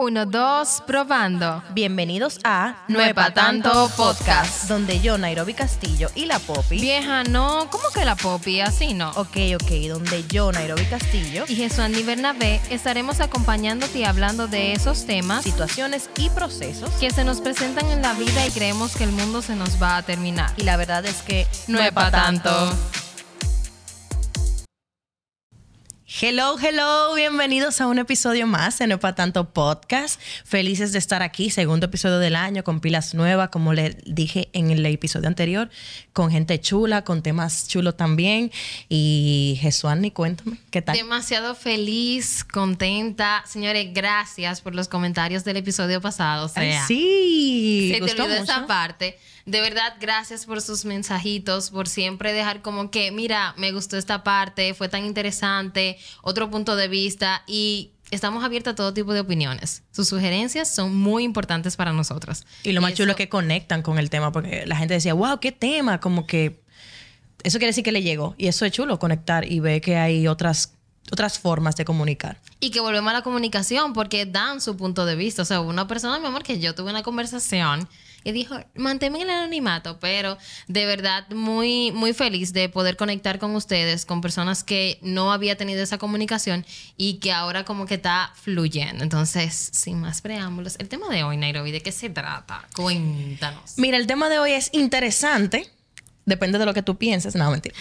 1, 2, probando. Bienvenidos a No es pa' tanto podcast. donde yo, Nairobi Castillo y la Poppy. Vieja, no, ¿cómo que la Poppy? Así no. Ok, donde yo, Nairobi Castillo, Y Jesuani Bernabé estaremos acompañándote y hablando de esos temas situaciones y procesos. que se nos presentan en la vida y creemos que el mundo se nos va a terminar. Y la verdad es que No es pa' tanto. Hello, bienvenidos a un episodio más de No es pa' tanto podcast. Felices de estar aquí, segundo episodio del año, con pilas nuevas, como les dije en el episodio anterior, con gente chula, con temas chulos también. Y Jesuani, cuéntame, ¿qué tal? Demasiado feliz, contenta. Señores, gracias por los comentarios del episodio pasado. O sea, Ay, sí, se te gustó olvidó mucho. esa parte. De verdad, gracias por sus mensajitos, por siempre dejar como que, mira, me gustó esta parte, fue tan interesante, otro punto de vista, y estamos abiertos a todo tipo de opiniones. Sus sugerencias son muy importantes para nosotros. Y lo más chulo eso- es que conectan con el tema, porque la gente decía, wow, qué tema, como que eso quiere decir que le llegó. Y eso es chulo, conectar y ver que hay otras formas de comunicar. Y que volvemos a la comunicación porque dan su punto de vista. O sea, hubo una persona, mi amor, que yo tuve una conversación y dijo, manténme en el anonimato, pero de verdad muy, muy feliz de poder conectar con ustedes, con personas que no había tenido esa comunicación y que ahora como que está fluyendo. Entonces, sin más preámbulos, el tema de hoy, Nairobi, ¿de qué se trata? Cuéntanos. Mira, el tema de hoy es interesante. Depende de lo que tú pienses. No, mentira.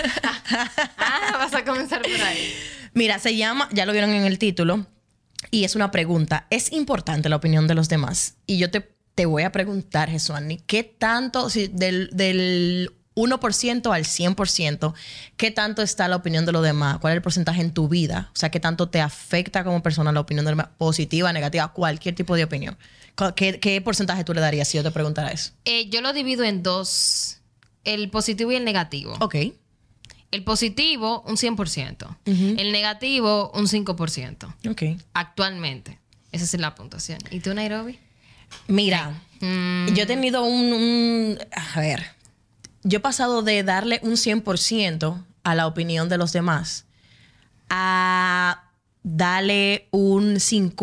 Vas a comenzar por ahí. Mira, se llama, ya lo vieron en el título, y es una pregunta. ¿Es importante la opinión de los demás? Y yo te voy a preguntar, Jesuani, ¿qué tanto, si del 1% al 100%, qué tanto está la opinión de los demás? ¿Cuál es el porcentaje en tu vida? O sea, ¿qué tanto te afecta como persona la opinión de los demás? Positiva, negativa, cualquier tipo de opinión. ¿Qué porcentaje tú le darías si yo te preguntara eso? Yo lo divido en dos, el positivo y el negativo. Ok. El positivo, un 100%. Ujú. El negativo, un 5%. Ok. Actualmente. Esa es la puntuación. ¿Y tú, Nairobi? Mira, yo he tenido a ver, yo he pasado de darle un 100% a la opinión de los demás a darle un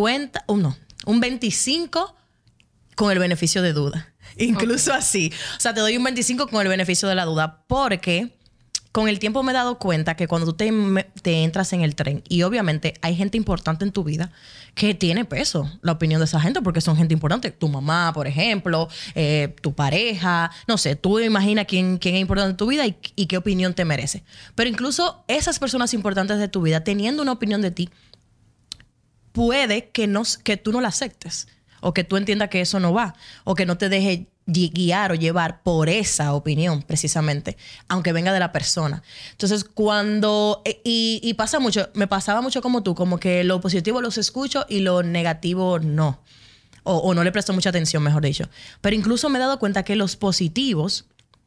25 con el beneficio de duda. Incluso así. O sea, te doy un 25 con el beneficio de la duda porque con el tiempo me he dado cuenta que cuando tú te entras en el tren, y obviamente hay gente importante en tu vida que tiene peso la opinión de esa gente porque son gente importante. Tu mamá, por ejemplo, tu pareja, no sé, tú imagina quién es importante en tu vida y qué opinión te merece. Pero incluso esas personas importantes de tu vida, teniendo una opinión de ti, puede que tú no la aceptes o que tú entiendas que eso no va o que no te deje guiar o llevar por esa opinión precisamente, aunque venga de la persona. Entonces, cuando... Y pasa mucho, me pasaba mucho como tú, como que lo positivo los escucho y lo negativo no. O no le presto mucha atención, mejor dicho. Pero incluso me he dado cuenta que los positivos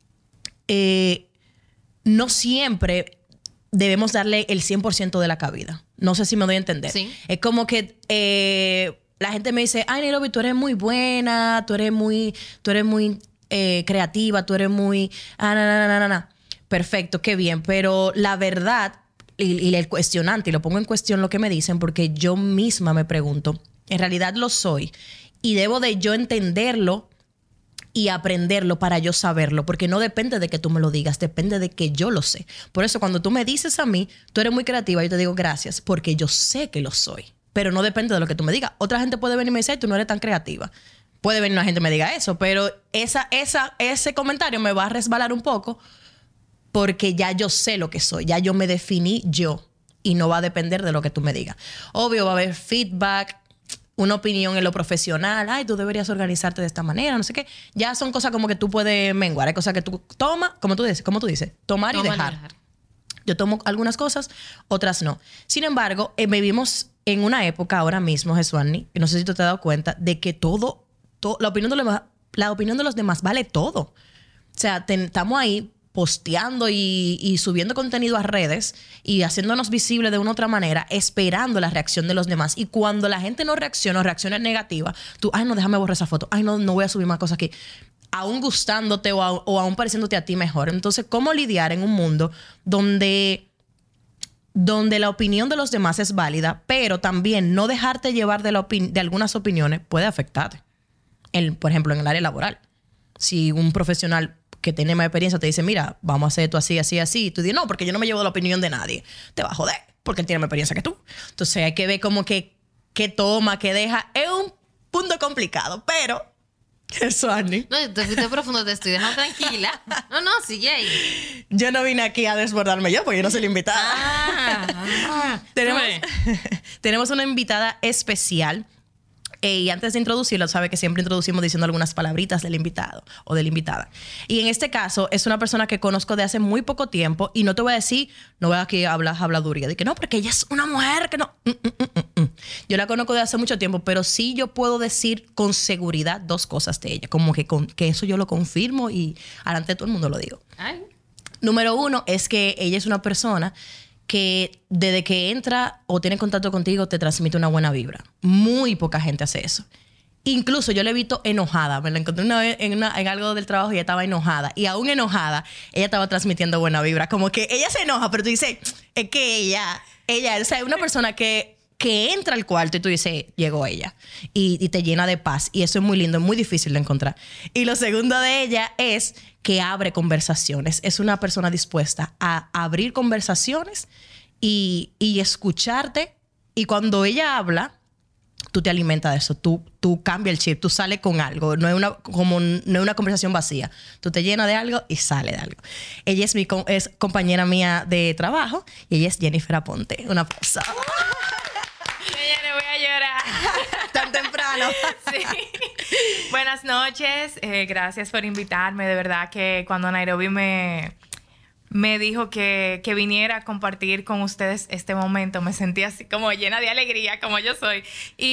no siempre debemos darle el 100% de la cabida. No sé si me doy a entender. Sí. Es como que... la gente me dice, ay, Nairobi, tú eres muy buena, tú eres muy creativa, tú eres muy... Perfecto, qué bien. Pero la verdad, y el cuestionante, y lo pongo en cuestión lo que me dicen, porque yo misma me pregunto, ¿en realidad lo soy? Y debo de yo entenderlo y aprenderlo para yo saberlo, porque no depende de que tú me lo digas, depende de que yo lo sé. Por eso, cuando tú me dices a mí, tú eres muy creativa, yo te digo gracias, porque yo sé que lo soy. Pero no depende de lo que tú me digas. Otra gente puede venir y me decir, tú no eres tan creativa. Puede venir una gente y me diga eso, pero ese comentario me va a resbalar un poco porque ya yo sé lo que soy. Ya yo me definí yo y no va a depender de lo que tú me digas. Obvio, va a haber feedback, una opinión en lo profesional. Ay, tú deberías organizarte de esta manera, no sé qué. Ya son cosas como que tú puedes menguar. Hay cosas que tú tomas, como tú dices, tomar y dejar. Yo tomo algunas cosas, otras no. Sin embargo, vivimos en una época ahora mismo, Jesuani, no sé si tú te has dado cuenta, de que la opinión de los demás vale todo. O sea, estamos ahí posteando y subiendo contenido a redes y haciéndonos visibles de una u otra manera, esperando la reacción de los demás. Y cuando la gente no reacciona o reacciona negativa, tú, ay, no, déjame borrar esa foto. Ay, no voy a subir más cosas aquí. Aún gustándote o aún pareciéndote a ti mejor. Entonces, ¿cómo lidiar en un mundo donde donde la opinión de los demás es válida, pero también no dejarte llevar de algunas opiniones puede afectarte. Por ejemplo, en el área laboral. Si un profesional que tiene más experiencia te dice, mira, vamos a hacer esto así, así, así, y tú dices, no, porque yo no me llevo de la opinión de nadie, te va a joder, porque él tiene más experiencia que tú. Entonces hay que ver como que qué toma, qué deja. Es un punto complicado, pero... Eso, Annie. No, te fuiste profundo, te estoy dejando tranquila. No, sigue ahí. Yo no vine aquí a desbordarme yo, porque yo no soy la invitada. Tenemos una invitada especial. Y antes de introducirla, sabe que siempre introducimos diciendo algunas palabritas del invitado o de la invitada. Y en este caso, es una persona que conozco de hace muy poco tiempo. Y no te voy a decir, no voy a aquí a habladuría. De que no, porque ella es una mujer que no... Yo la conozco de hace mucho tiempo, pero sí yo puedo decir con seguridad 2 cosas de ella. Como que eso yo lo confirmo y delante de todo el mundo lo digo. Ay. Número 1 es que ella es una persona que desde que entra o tiene contacto contigo te transmite una buena vibra. Muy poca gente hace eso. Incluso yo la he visto enojada. Me la encontré una vez en algo del trabajo y ella estaba enojada. Y aún enojada, ella estaba transmitiendo buena vibra. Como que ella se enoja, pero tú dices, es que ella, o sea, es una persona que entra al cuarto y tú dices, llegó ella. Y te llena de paz. Y eso es muy lindo, es muy difícil de encontrar. Y lo segundo de ella es que abre conversaciones. Es una persona dispuesta a abrir conversaciones y escucharte. Y cuando ella habla, tú te alimentas de eso. Tú cambias el chip, tú sales con algo. No es una conversación vacía. Tú te llenas de algo y sale de algo. Ella es compañera mía de trabajo y ella es Jennifer Aponte. Un aplauso. Voy a llorar. Tan temprano. Sí. Buenas noches. Gracias por invitarme. De verdad que cuando Nairobi me dijo que viniera a compartir con ustedes este momento, me sentí así como llena de alegría, como yo soy.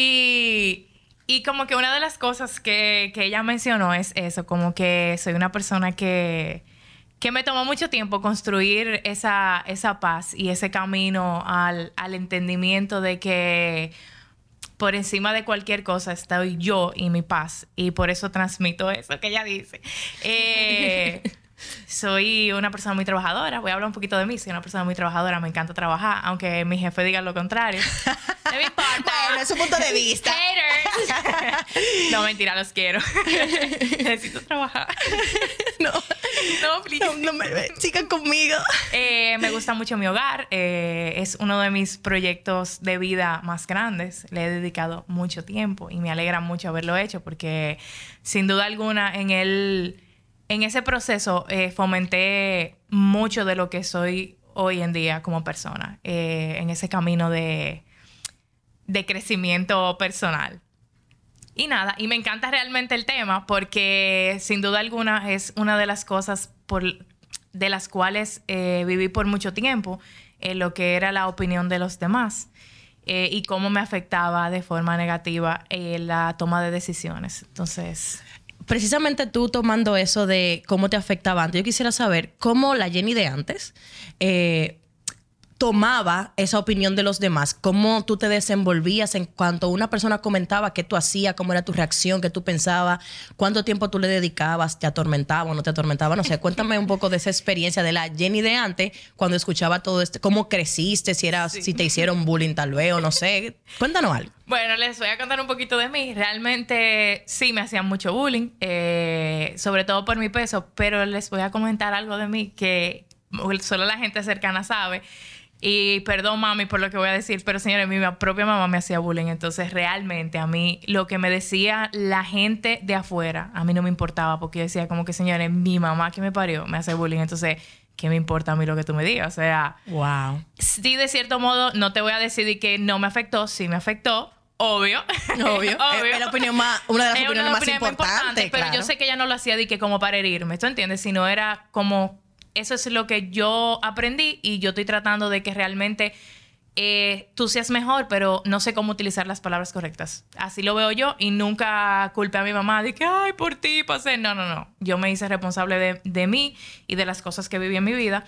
Y como que una de las cosas que ella mencionó es eso, como que soy una persona que me tomó mucho tiempo construir esa paz y ese camino al entendimiento de que por encima de cualquier cosa estoy yo y mi paz. Y por eso transmito eso que ella dice. Soy una persona muy trabajadora. Voy a hablar un poquito de mí. Soy una persona muy trabajadora. Me encanta trabajar. Aunque mi jefe diga lo contrario. No me importa. Bueno, es su punto de vista. Haters. No, mentira, los quiero. Necesito trabajar. No, please. No me sigan conmigo. Me gusta mucho mi hogar. Es uno de mis proyectos de vida más grandes. Le he dedicado mucho tiempo y me alegra mucho haberlo hecho porque sin duda alguna en ese proceso fomenté mucho de lo que soy hoy en día como persona. En ese camino de crecimiento personal. Y nada, y me encanta realmente el tema porque sin duda alguna es una de las cosas de las cuales viví por mucho tiempo, lo que era la opinión de los demás y cómo me afectaba de forma negativa la toma de decisiones. Entonces... Precisamente tú tomando eso de cómo te afectaba antes, yo quisiera saber cómo la Jenny de antes tomaba esa opinión de los demás, cómo tú te desenvolvías en cuanto una persona comentaba qué tú hacías, cómo era tu reacción, qué tú pensabas, cuánto tiempo tú le dedicabas, te atormentaba o no te atormentaba, no sé, cuéntame un poco de esa experiencia de la Jenny de antes cuando escuchaba todo esto, cómo creciste, si te hicieron bullying tal vez o no sé, cuéntanos algo. Bueno, les voy a contar un poquito de mí. Realmente sí me hacían mucho bullying, sobre todo por mi peso, pero les voy a comentar algo de mí que solo la gente cercana sabe. Y perdón, mami, por lo que voy a decir, pero señores, mi propia mamá me hacía bullying. Entonces, realmente, a mí, lo que me decía la gente de afuera, a mí no me importaba, porque yo decía como que, señores, mi mamá que me parió me hace bullying. Entonces, ¿qué me importa a mí lo que tú me digas? O sea... Wow. Sí, de cierto modo, no te voy a decir que no me afectó. Sí me afectó. Obvio. Obvio. Es la opinión una de las opiniones más importantes. Pero yo sé que ella no lo hacía de que como para herirme. ¿Tú entiendes? Sino era como... Eso es lo que yo aprendí y yo estoy tratando de que realmente tú seas mejor, pero no sé cómo utilizar las palabras correctas. Así lo veo yo y nunca culpé a mi mamá de que, ay, por ti pasé. No. Yo me hice responsable de mí y de las cosas que viví en mi vida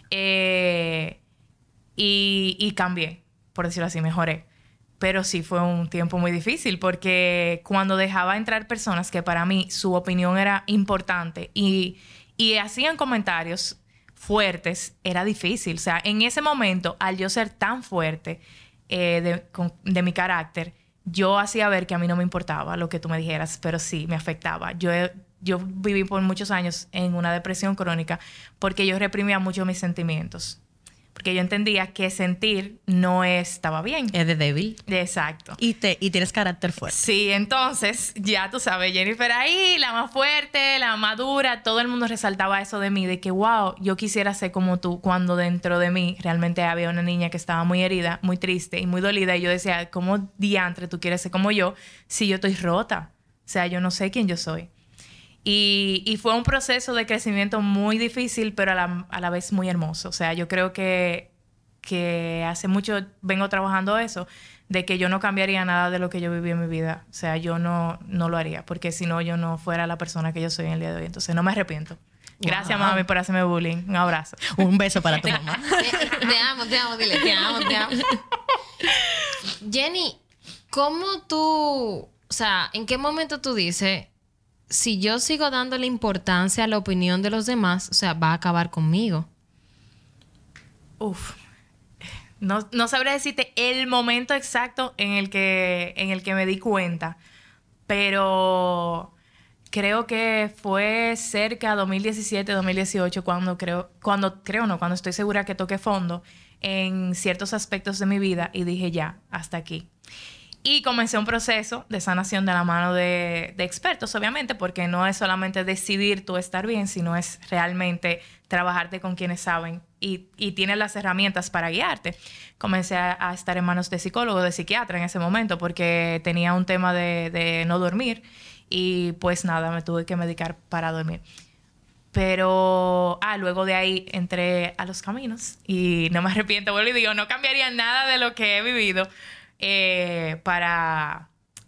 y cambié, por decirlo así, mejoré. Pero sí fue un tiempo muy difícil porque cuando dejaba entrar personas que para mí su opinión era importante y hacían comentarios fuertes, era difícil. O sea, en ese momento, al yo ser tan fuerte de mi carácter, yo hacía ver que a mí no me importaba lo que tú me dijeras, pero sí, me afectaba. Yo viví por muchos años en una depresión crónica porque yo reprimía mucho mis sentimientos. Porque yo entendía que sentir no estaba bien. Es de débil. Exacto. Y tienes carácter fuerte. Sí, entonces, ya tú sabes, Jennifer ahí, la más fuerte, la más dura, todo el mundo resaltaba eso de mí, de que, wow, yo quisiera ser como tú, cuando dentro de mí realmente había una niña que estaba muy herida, muy triste y muy dolida, y yo decía, ¿cómo diantre tú quieres ser como yo si yo estoy rota? O sea, yo no sé quién yo soy. Y fue un proceso de crecimiento muy difícil, pero a la vez muy hermoso. O sea, yo creo que hace mucho vengo trabajando eso, de que yo no cambiaría nada de lo que yo viví en mi vida. O sea, yo no lo haría, porque si no, yo no fuera la persona que yo soy en el día de hoy. Entonces, no me arrepiento. Gracias, mami, por hacerme bullying. Un abrazo. Un beso para tu mamá. Te amo, dile, te amo. Jenny, ¿cómo tú, o sea, en qué momento tú dices, si yo sigo dándole importancia a la opinión de los demás, o sea, va a acabar conmigo? Uf. No sabré decirte el momento exacto en el que me di cuenta, pero creo que fue cerca de 2017, 2018 cuando estoy segura que toqué fondo en ciertos aspectos de mi vida y dije ya, hasta aquí. Y comencé un proceso de sanación de la mano de expertos, obviamente, porque no es solamente decidir tú estar bien, sino es realmente trabajarte con quienes saben y tienen las herramientas para guiarte. Comencé a estar en manos de psicólogo, de psiquiatra en ese momento, porque tenía un tema de no dormir y pues nada, me tuve que medicar para dormir. Pero luego de ahí entré a los caminos y no me arrepiento, vuelvo y digo, no cambiaría nada de lo que he vivido. Para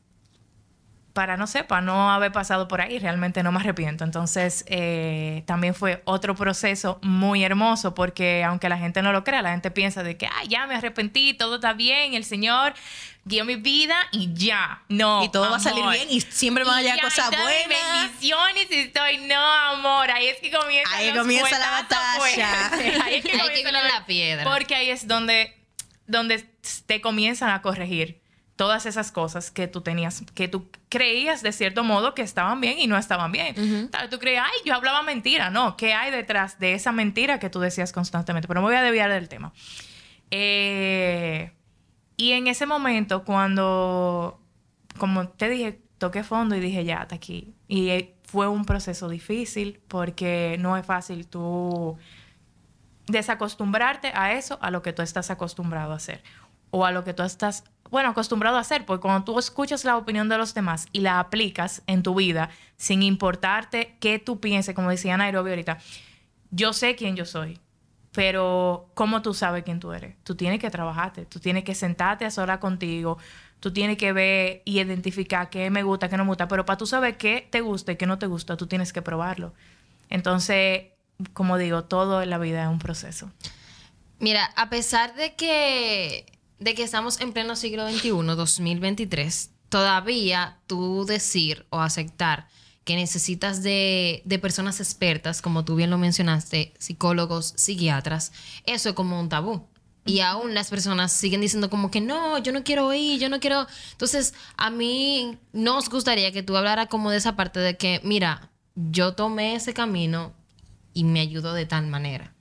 no haber pasado por ahí, realmente no me arrepiento. Entonces, también fue otro proceso muy hermoso porque aunque la gente no lo crea, la gente piensa de que, ya me arrepentí, todo está bien, el Señor guió mi vida y ya. No, y todo amor. va a salir bien y siempre van a llegar cosas buenas. Bendiciones y estoy, no, amor, ahí es que comienza la batalla. Ahí es que comienza la piedra. Porque ahí es donde te comienzan a corregir todas esas cosas que tú tenías, que tú creías de cierto modo que estaban bien y no estaban bien. Uh-huh. Tú creías, yo hablaba mentira. No, ¿qué hay detrás de esa mentira que tú decías constantemente? Pero me voy a desviar del tema. Y en ese momento, cuando, como te dije, toqué fondo y dije, ya, hasta aquí. Y fue un proceso difícil porque no es fácil tú desacostumbrarte a eso, a lo que tú estás acostumbrado a hacer. O a lo que tú estás, acostumbrado a hacer. Porque cuando tú escuchas la opinión de los demás y la aplicas en tu vida, sin importarte qué tú pienses, como decía Nairobi ahorita, yo sé quién yo soy, pero ¿cómo tú sabes quién tú eres? Tú tienes que trabajarte, tú tienes que sentarte a solas contigo, tú tienes que ver y identificar qué me gusta, qué no me gusta, pero para tú saber qué te gusta y qué no te gusta, tú tienes que probarlo. Entonces, como digo, todo en la vida es un proceso. Mira, a pesar de que estamos en pleno siglo XXI, 2023, todavía tú decir o aceptar que necesitas de personas expertas, como tú bien lo mencionaste, psicólogos, psiquiatras, eso es como un tabú. Y aún las personas siguen diciendo como que no, yo no quiero ir, yo no quiero... Entonces, a mí nos gustaría que tú hablaras como de esa parte de que, mira, yo tomé ese camino y me ayudó de tal manera.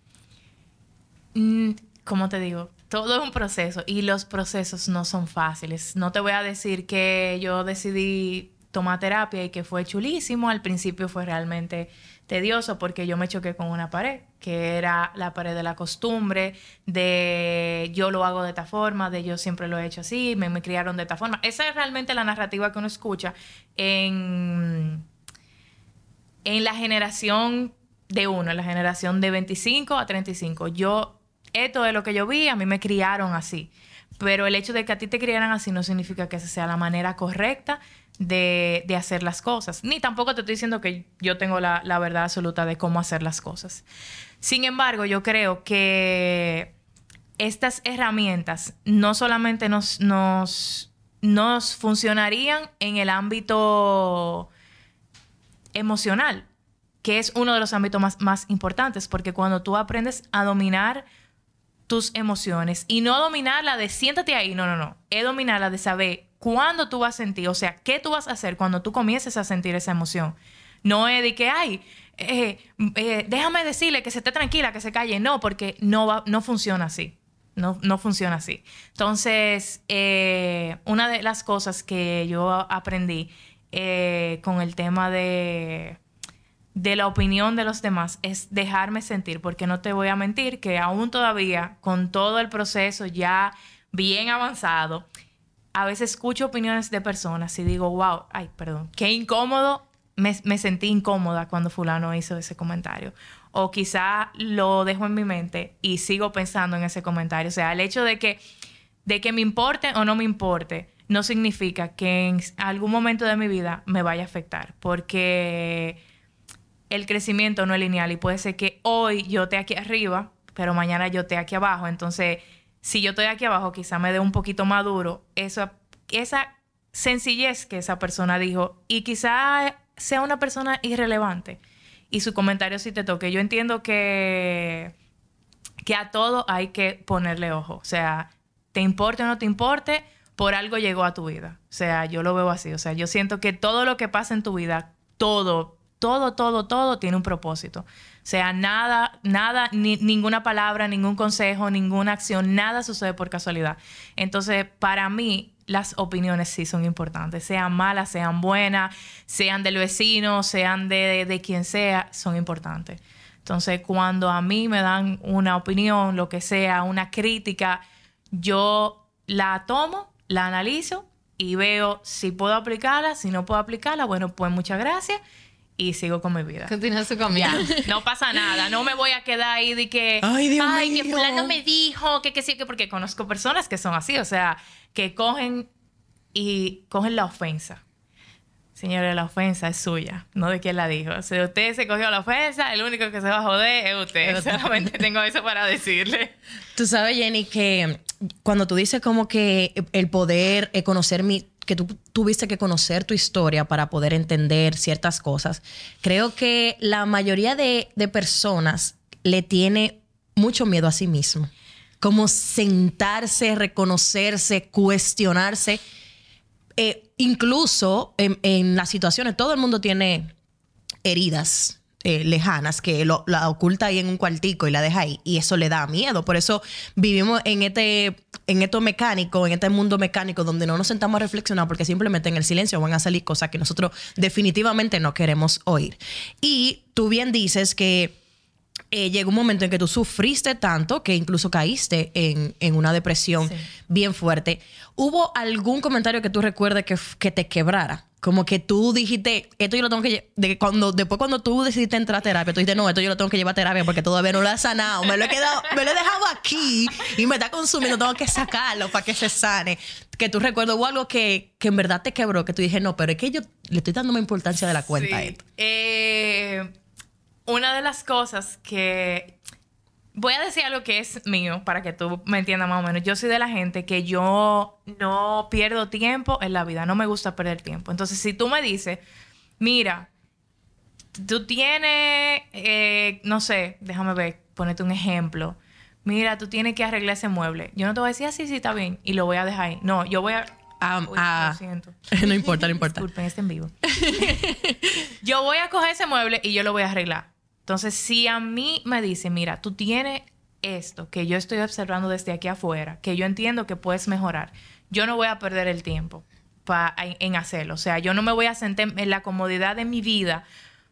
Como te digo, todo es un proceso y los procesos no son fáciles. No te voy a decir que yo decidí tomar terapia y que fue chulísimo. Al principio fue realmente tedioso porque yo me choqué con una pared, que era la pared de la costumbre, de yo lo hago de esta forma, de yo siempre lo he hecho así, me criaron de esta forma. Esa es realmente la narrativa que uno escucha en la generación de uno, en la generación de 25 a 35. Esto es lo que yo vi, a mí me criaron así. Pero el hecho de que a ti te criaran así no significa que esa sea la manera correcta de hacer las cosas. Ni tampoco te estoy diciendo que yo tengo la verdad absoluta de cómo hacer las cosas. Sin embargo, yo creo que estas herramientas no solamente nos funcionarían en el ámbito emocional, que es uno de los ámbitos más importantes, porque cuando tú aprendes a dominar tus emociones y no dominarla de siéntate ahí, no, es dominarla de saber cuándo tú vas a sentir, o sea, qué tú vas a hacer cuando tú comiences a sentir esa emoción. No es de que, déjame decirle que se esté tranquila, que se calle. No, porque no funciona así. No funciona así. Entonces, una de las cosas que yo aprendí con el tema de la opinión de los demás es dejarme sentir, porque no te voy a mentir que aún todavía, con todo el proceso ya bien avanzado, a veces escucho opiniones de personas y digo, wow, qué incómodo, me sentí incómoda cuando fulano hizo ese comentario. O quizá lo dejo en mi mente y sigo pensando en ese comentario. O sea, el hecho de que me importe o no me importe no significa que en algún momento de mi vida me vaya a afectar, porque el crecimiento no es lineal y puede ser que hoy yo esté aquí arriba, pero mañana yo esté aquí abajo. Entonces, si yo estoy aquí abajo, quizá me dé un poquito más duro esa sencillez que esa persona dijo, y quizá sea una persona irrelevante y su comentario sí te toque. Yo entiendo que a todo hay que ponerle ojo. O sea, te importe o no te importe, por algo llegó a tu vida. O sea, yo lo veo así. O sea, yo siento que todo lo que pasa en tu vida, todo tiene un propósito. O sea, nada, ninguna palabra, ningún consejo, ninguna acción, nada sucede por casualidad. Entonces, para mí, las opiniones sí son importantes. Sean malas, sean buenas, sean del vecino, sean de quien sea, son importantes. Entonces, cuando a mí me dan una opinión, lo que sea, una crítica, yo la tomo, la analizo y veo si puedo aplicarla. Si no puedo aplicarla, bueno, pues muchas gracias. Y sigo con mi vida. Continúa su camino. No pasa nada. No me voy a quedar ahí de que... Ay, Dios que mío. fulano me dijo, que sí, que porque conozco personas que son así. O sea, que cogen la ofensa. Señores, la ofensa es suya, no de quién la dijo. Si usted se cogió la ofensa, el único que se va a joder es usted. Solamente tengo eso para decirle. Tú sabes, Jenny, que cuando tú dices como que el poder conocer que tú tuviste que conocer tu historia para poder entender ciertas cosas, creo que la mayoría de personas le tiene mucho miedo a sí mismo. Como sentarse, reconocerse, cuestionarse. Incluso en las situaciones, todo el mundo tiene heridas lejanas que la oculta ahí en un cuartico y la deja ahí, y eso le da miedo. Por eso vivimos en este mundo mecánico donde no nos sentamos a reflexionar, porque simplemente en el silencio van a salir cosas que nosotros definitivamente no queremos oír. Y tú bien dices que llegó un momento en que tú sufriste tanto que incluso caíste en una depresión bien fuerte. ¿Hubo algún comentario que tú recuerdes que te quebrara? Como que tú dijiste, esto yo lo tengo que después cuando tú decidiste entrar a terapia, tú dijiste, no, esto yo lo tengo que llevar a terapia porque todavía no lo he sanado. Me lo he dejado aquí y me está consumiendo, tengo que sacarlo para que se sane. Que tú recuerdas, hubo algo que en verdad te quebró, que tú dije, no, pero es que yo le estoy dando más importancia de la cuenta a esto. Una de las cosas que... Voy a decir algo que es mío para que tú me entiendas más o menos. Yo soy de la gente que yo no pierdo tiempo en la vida. No me gusta perder tiempo. Entonces, si tú me dices, mira, tú tienes, no sé, déjame ver, ponerte un ejemplo. Mira, tú tienes que arreglar ese mueble. Yo no te voy a decir, sí, está bien, y lo voy a dejar ahí. No, yo voy a... lo siento. No importa. Disculpen, está en vivo. Yo voy a coger ese mueble y yo lo voy a arreglar. Entonces, si a mí me dicen, mira, tú tienes esto que yo estoy observando desde aquí afuera, que yo entiendo que puedes mejorar, yo no voy a perder el tiempo en hacerlo. O sea, yo no me voy a sentar en la comodidad de mi vida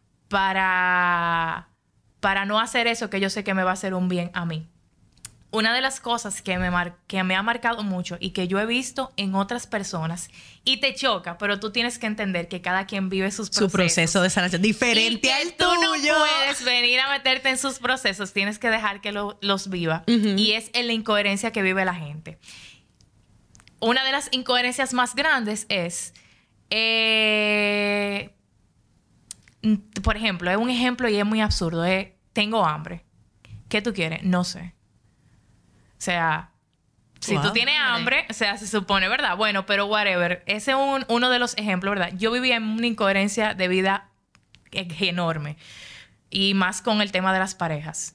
para no hacer eso que yo sé que me va a hacer un bien a mí. Una de las cosas que me ha marcado mucho y que yo he visto en otras personas, y te choca, pero tú tienes que entender que cada quien vive sus procesos. Su proceso de sanación diferente al tuyo. Tú no puedes venir a meterte en sus procesos, tienes que dejar que los viva. Y es en la incoherencia que vive la gente. Una de las incoherencias más grandes es, por ejemplo, es un ejemplo y es muy absurdo. Tengo hambre. ¿Qué tú quieres? No sé. O sea, si tú tienes hambre, o sea, se supone, ¿verdad? Bueno, pero whatever. Ese es uno de los ejemplos, ¿verdad? Yo vivía en una incoherencia de vida enorme. Y más con el tema de las parejas.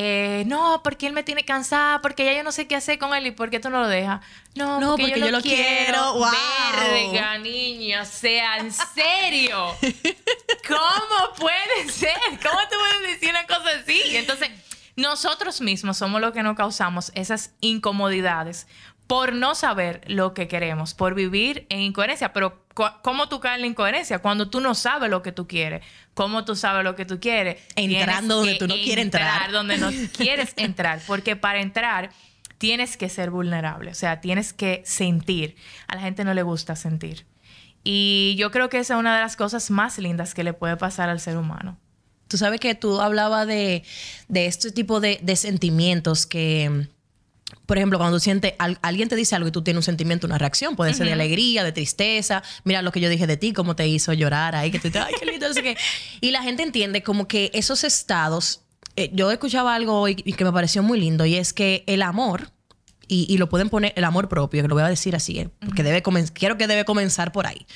No, porque él me tiene cansada, porque ya yo no sé qué hacer con él y por qué tú no lo dejas. No, porque yo lo quiero. Wow. Verga, niña, o sea, en serio. ¿Cómo puede ser? ¿Cómo te puedes decir una cosa así? Entonces, nosotros mismos somos los que nos causamos esas incomodidades por no saber lo que queremos, por vivir en incoherencia. Pero ¿cómo tú caes en la incoherencia? Cuando tú no sabes lo que tú quieres. ¿Cómo tú sabes lo que tú quieres? Entrando donde tú no quieres entrar. Donde no quieres entrar. Porque para entrar tienes que ser vulnerable. O sea, tienes que sentir. A la gente no le gusta sentir. Y yo creo que esa es una de las cosas más lindas que le puede pasar al ser humano. Tú sabes que tú hablabas de este tipo de sentimientos que... Por ejemplo, cuando tú sientes, alguien te dice algo y tú tienes un sentimiento, una reacción, puede ser de alegría, de tristeza. Mira lo que yo dije de ti, cómo te hizo llorar ahí, que tú dices, ay, qué lindo, no sé qué. Y la gente entiende como que esos estados, yo escuchaba algo hoy y que me pareció muy lindo, y es que el amor, y lo pueden poner, el amor propio, que lo voy a decir así, porque quiero que debe comenzar por ahí.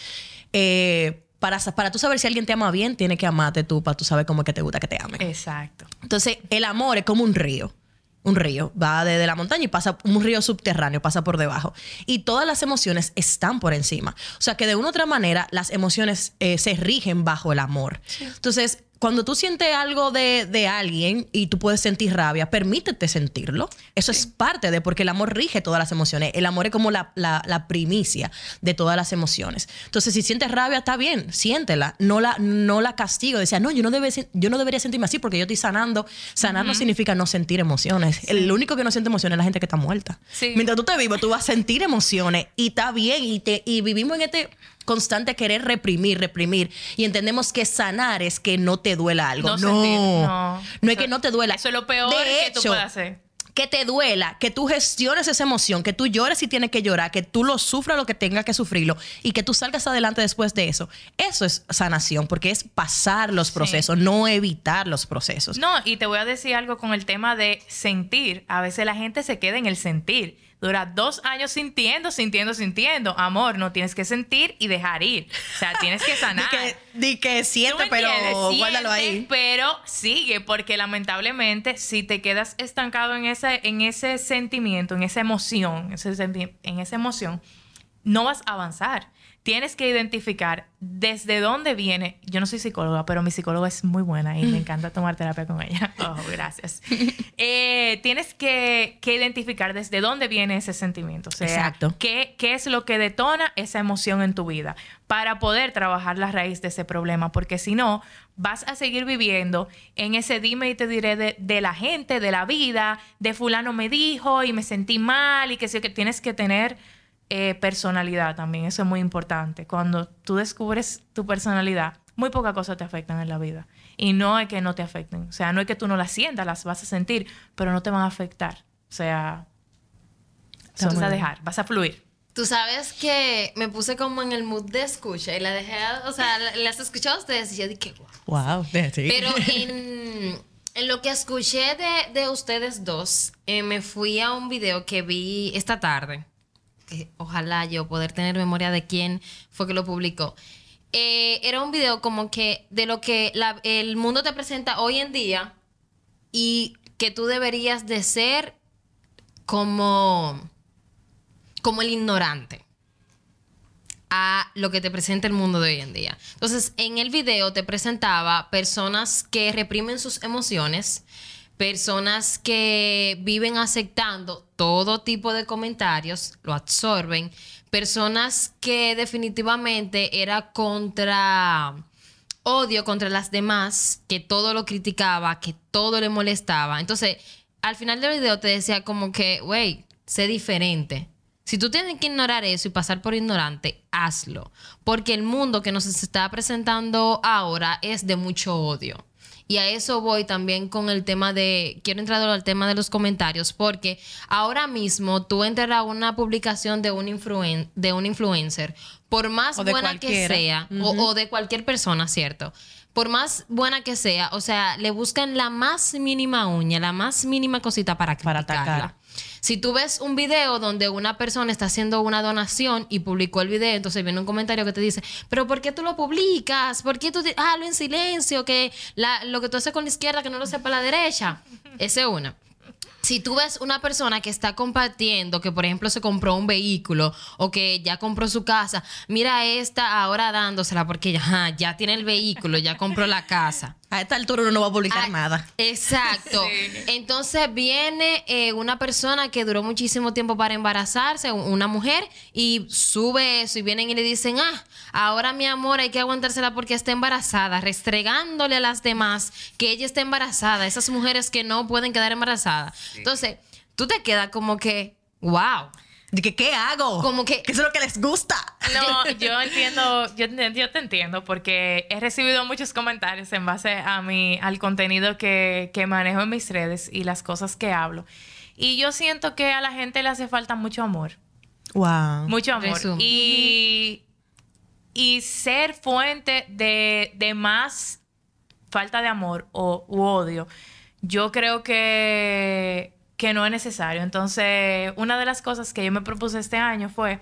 Para tú saber si alguien te ama bien, tienes que amarte tú, para tú saber cómo es que te gusta que te amen. Exacto. Entonces, el amor es como un río. Un río va desde la montaña y pasa un río subterráneo, pasa por debajo. Y todas las emociones están por encima. O sea que de una u otra manera las emociones se rigen bajo el amor. Sí. Entonces, cuando tú sientes algo de alguien y tú puedes sentir rabia, permítete sentirlo. Eso es parte de, porque el amor rige todas las emociones. El amor es como la primicia de todas las emociones. Entonces, si sientes rabia, está bien, siéntela. No la castigo. Decía, no, yo no debería sentirme así porque yo estoy sanando. Sanar no significa no sentir emociones. Sí. El único que no siente emociones es la gente que está muerta. Sí. Mientras tú estés vivo, tú vas a sentir emociones y está bien. Y vivimos en este constante querer reprimir. Y entendemos que sanar es que no te duela algo. No es que no te duela. Eso es lo peor que tú puedes hacer. Que te duela, que tú gestiones esa emoción, que tú llores si tienes que llorar, que tú lo sufras lo que tengas que sufrirlo y que tú salgas adelante después de eso. Eso es sanación, porque es pasar los procesos, no evitar los procesos. No, y te voy a decir algo con el tema de sentir. A veces la gente se queda en el sentir. Dura 2 años sintiendo. Amor, no tienes que sentir y dejar ir. O sea, tienes que sanar. Di que siente, pero guárdalo ahí. Pero sigue, porque lamentablemente si te quedas estancado en ese sentimiento, en esa emoción, no vas a avanzar. Tienes que identificar desde dónde viene. Yo no soy psicóloga, pero mi psicóloga es muy buena y me encanta tomar terapia con ella. Oh, gracias. Tienes que identificar desde dónde viene ese sentimiento. O sea, exacto. ¿Qué es lo que detona esa emoción en tu vida? Para poder trabajar la raíz de ese problema. Porque si no, vas a seguir viviendo en ese dime y te diré de la gente, de la vida, de fulano me dijo y me sentí mal y que tienes que tener... personalidad también, eso es muy importante. Cuando tú descubres tu personalidad, muy pocas cosas te afectan en la vida. Y no es que no te afecten. O sea, no es que tú no las sientas, las vas a sentir, pero no te van a afectar. O sea, te vas a dejar, vas a fluir. Tú sabes que me puse como en el mood de escucha y la dejé, o sea, las escuché a ustedes y yo dije, wow. Sí. Pero en lo que escuché de ustedes dos, me fui a un video que vi esta tarde. Ojalá yo poder tener memoria de quién fue que lo publicó. Era un video como que de lo que el mundo te presenta hoy en día y que tú deberías de ser como el ignorante a lo que te presenta el mundo de hoy en día. Entonces, en el video te presentaba personas que reprimen sus emociones, personas que viven aceptando todo tipo de comentarios, lo absorben. Personas que definitivamente era odio contra las demás, que todo lo criticaba, que todo le molestaba. Entonces, al final del video te decía como que, güey, sé diferente. Si tú tienes que ignorar eso y pasar por ignorante, hazlo. Porque el mundo que nos está presentando ahora es de mucho odio. Y a eso voy también con el tema quiero entrar al tema de los comentarios, porque ahora mismo tú entras a una publicación de un influencer, por más buena que sea, o de cualquier persona, ¿cierto? Por más buena que sea, o sea, le buscan la más mínima uña, la más mínima cosita para criticarla. Si tú ves un video donde una persona está haciendo una donación y publicó el video, entonces viene un comentario que te dice, pero ¿por qué tú lo publicas? ¿Por qué tú hazlo en silencio? Que lo que tú haces con la izquierda, que no lo sepa la derecha. Esa es una. Si tú ves una persona que está compartiendo, que por ejemplo se compró un vehículo o que ya compró su casa, mira esta ahora dándosela porque ya tiene el vehículo, ya compró la casa. A esta altura uno no va a publicar nada. Exacto. Sí. Entonces viene una persona que duró muchísimo tiempo para embarazarse, una mujer, y sube eso y vienen y le dicen, ahora mi amor hay que aguantársela porque está embarazada, restregándole a las demás que ella está embarazada, esas mujeres que no pueden quedar embarazadas. Sí. Entonces, tú te quedas como que, wow. De que, ¿qué hago? Como que... ¿Qué es lo que les gusta? No, yo entiendo, yo te entiendo porque he recibido muchos comentarios en base al contenido que manejo en mis redes y las cosas que hablo. Y yo siento que a la gente le hace falta mucho amor. Wow. Mucho amor. Resumo. Y ser fuente de más falta de amor u odio, yo creo que no es necesario. Entonces, una de las cosas que yo me propuse este año fue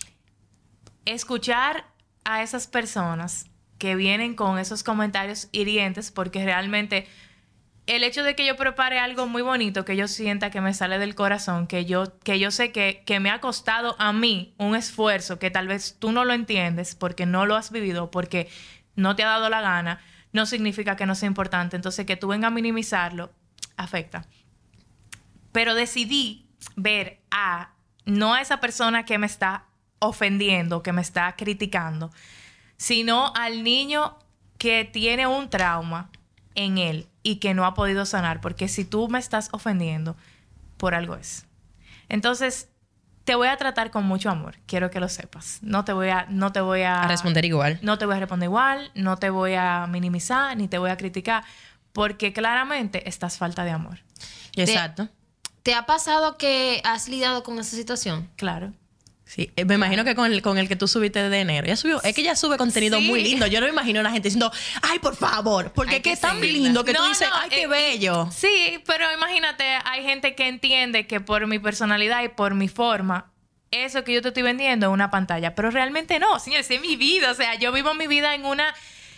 escuchar a esas personas que vienen con esos comentarios hirientes, porque realmente el hecho de que yo prepare algo muy bonito, que yo sienta que me sale del corazón, que yo sé que me ha costado a mí un esfuerzo que tal vez tú no lo entiendes porque no lo has vivido, porque no te ha dado la gana, no significa que no sea importante. Entonces, que tú vengas a minimizarlo, afecta. Pero decidí ver no a esa persona que me está ofendiendo, que me está criticando, sino al niño que tiene un trauma en él y que no ha podido sanar. Porque si tú me estás ofendiendo, por algo es. Entonces, te voy a tratar con mucho amor. Quiero que lo sepas. No te voy a responder igual. No te voy a responder igual, no te voy a minimizar, ni te voy a criticar, porque claramente estás falta de amor. Exacto. ¿Te ha pasado que has lidiado con esa situación? Claro. Sí, me imagino que con el que tú subiste de enero. Es que ella sube contenido Sí. muy lindo. Yo no me imagino a la gente diciendo, ay, por favor, porque Hay es que que es tan seguirla. lindo que tú No, dices, no, ay, qué bello. Sí, pero imagínate, hay gente que entiende que por mi personalidad y por mi forma, eso que yo te estoy vendiendo es una pantalla. Pero realmente no, señores, es mi vida. O sea, yo vivo mi vida en una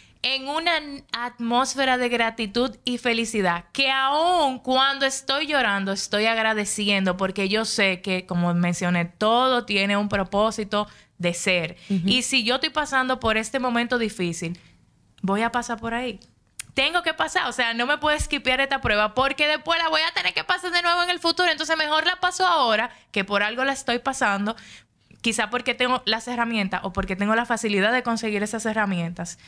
atmósfera de gratitud y felicidad, que aún cuando estoy llorando, estoy agradeciendo, porque yo sé que, como mencioné, todo tiene un propósito de ser. Y si yo estoy pasando por este momento difícil, voy a pasar por ahí. Tengo que pasar, o sea, no me puedo skipear esta prueba porque después la voy a tener que pasar de nuevo en el futuro. Entonces mejor la paso ahora, que por algo la estoy pasando, quizá porque tengo las herramientas o porque tengo la facilidad de conseguir esas herramientas.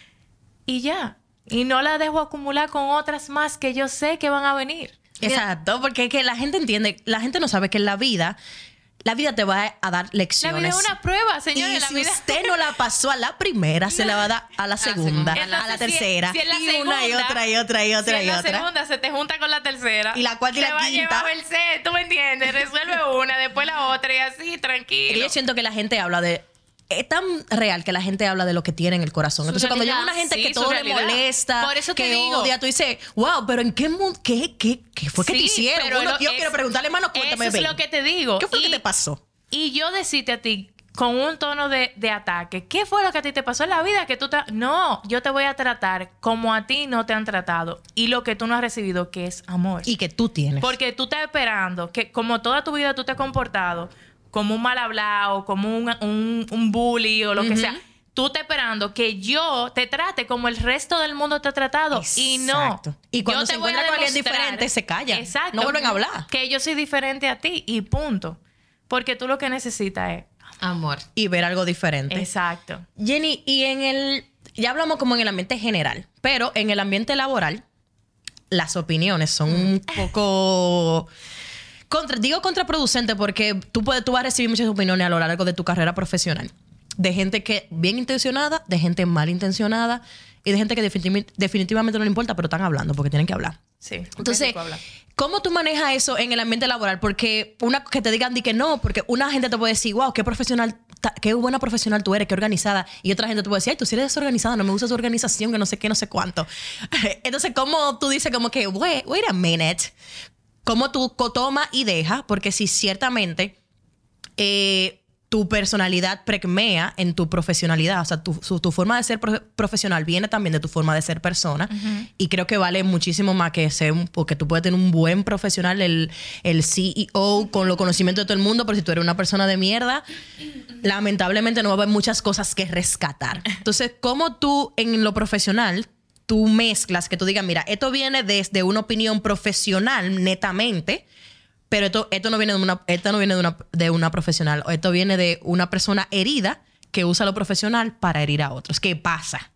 Y ya. Y no la dejo acumular con otras más que yo sé que van a venir. Exacto, porque es que la gente entiende, la gente no sabe que en la vida te va a dar La lecciones. vida es una prueba, señores. Y La si vida... usted no la pasó a la primera, se la va a dar a la segunda, a la Entonces, tercera. si en la y una y segunda- otra y otra y otra si y en la otra. segunda se te junta con la tercera. Y la cuarta y la te va a quinta. llevar el set, ¿tú me entiendes? Resuelve una, después la otra y así, Y tranquilo. yo siento que la gente habla de... Es tan real que la gente habla de lo que tiene en el corazón. Su Entonces, cuando llega realidad, una gente sí, que su todo le realidad. molesta, Por eso te que digo. odia, tú dices, wow, pero ¿en qué mundo? ¿Qué fue que te Sí, hicieron? pero Yo quiero preguntarle, hermano, cuéntame, eso es ven. lo que te digo. ¿Qué fue que te pasó? Y yo decirte a ti con un tono de ataque, ¿qué fue lo que a ti te pasó en la vida? Que tú No, yo te voy a tratar como a ti no te han tratado. Y lo que tú no has recibido, que es amor. Y que tú tienes. Porque tú estás esperando que como toda tu vida tú te has comportado como un mal hablado, como un bully o lo que sea. Tú estás esperando que yo te trate como el resto del mundo te ha tratado. Y no. Exacto. Y cuando Yo se te voy a encuentra con alguien demostrar- diferente, se calla. Exacto. No vuelven a hablar. Que yo soy diferente a ti y punto. Porque tú lo que necesitas es... Amor. Y ver algo diferente. Exacto. Jenny, ya hablamos como en el ambiente general, pero en el ambiente laboral, las opiniones son un poco... digo contraproducente porque tú vas a recibir muchas opiniones a lo largo de tu carrera profesional. De gente que bien intencionada, de gente mal intencionada y de gente que definitivamente no le importa, pero están hablando porque tienen que hablar. Sí. Entonces, ¿cómo tú manejas eso en el ambiente laboral? Porque que te digan que no, porque una gente te puede decir, wow, qué profesional, qué buena profesional tú eres, qué organizada. Y otra gente te puede decir, ay, tú sí eres desorganizada, no me gusta tu organización, que no sé qué, no sé cuánto. Entonces, ¿cómo tú dices como que, wait a minute? cómo tú toma y deja, porque si ciertamente tu personalidad permea en tu profesionalidad, o sea, tu forma de ser profesional viene también de tu forma de ser persona, y creo que vale muchísimo más que ser, porque tú puedes tener un buen profesional, el CEO con los conocimientos de todo el mundo, pero si tú eres una persona de mierda, lamentablemente no va a haber muchas cosas que rescatar. Entonces, ¿cómo tú en lo profesional tú mezclas que tú digas, mira, esto viene desde una opinión profesional netamente, pero esto no viene de una profesional, o esto viene de una persona herida que usa lo profesional para herir a otros? ¿Qué pasa?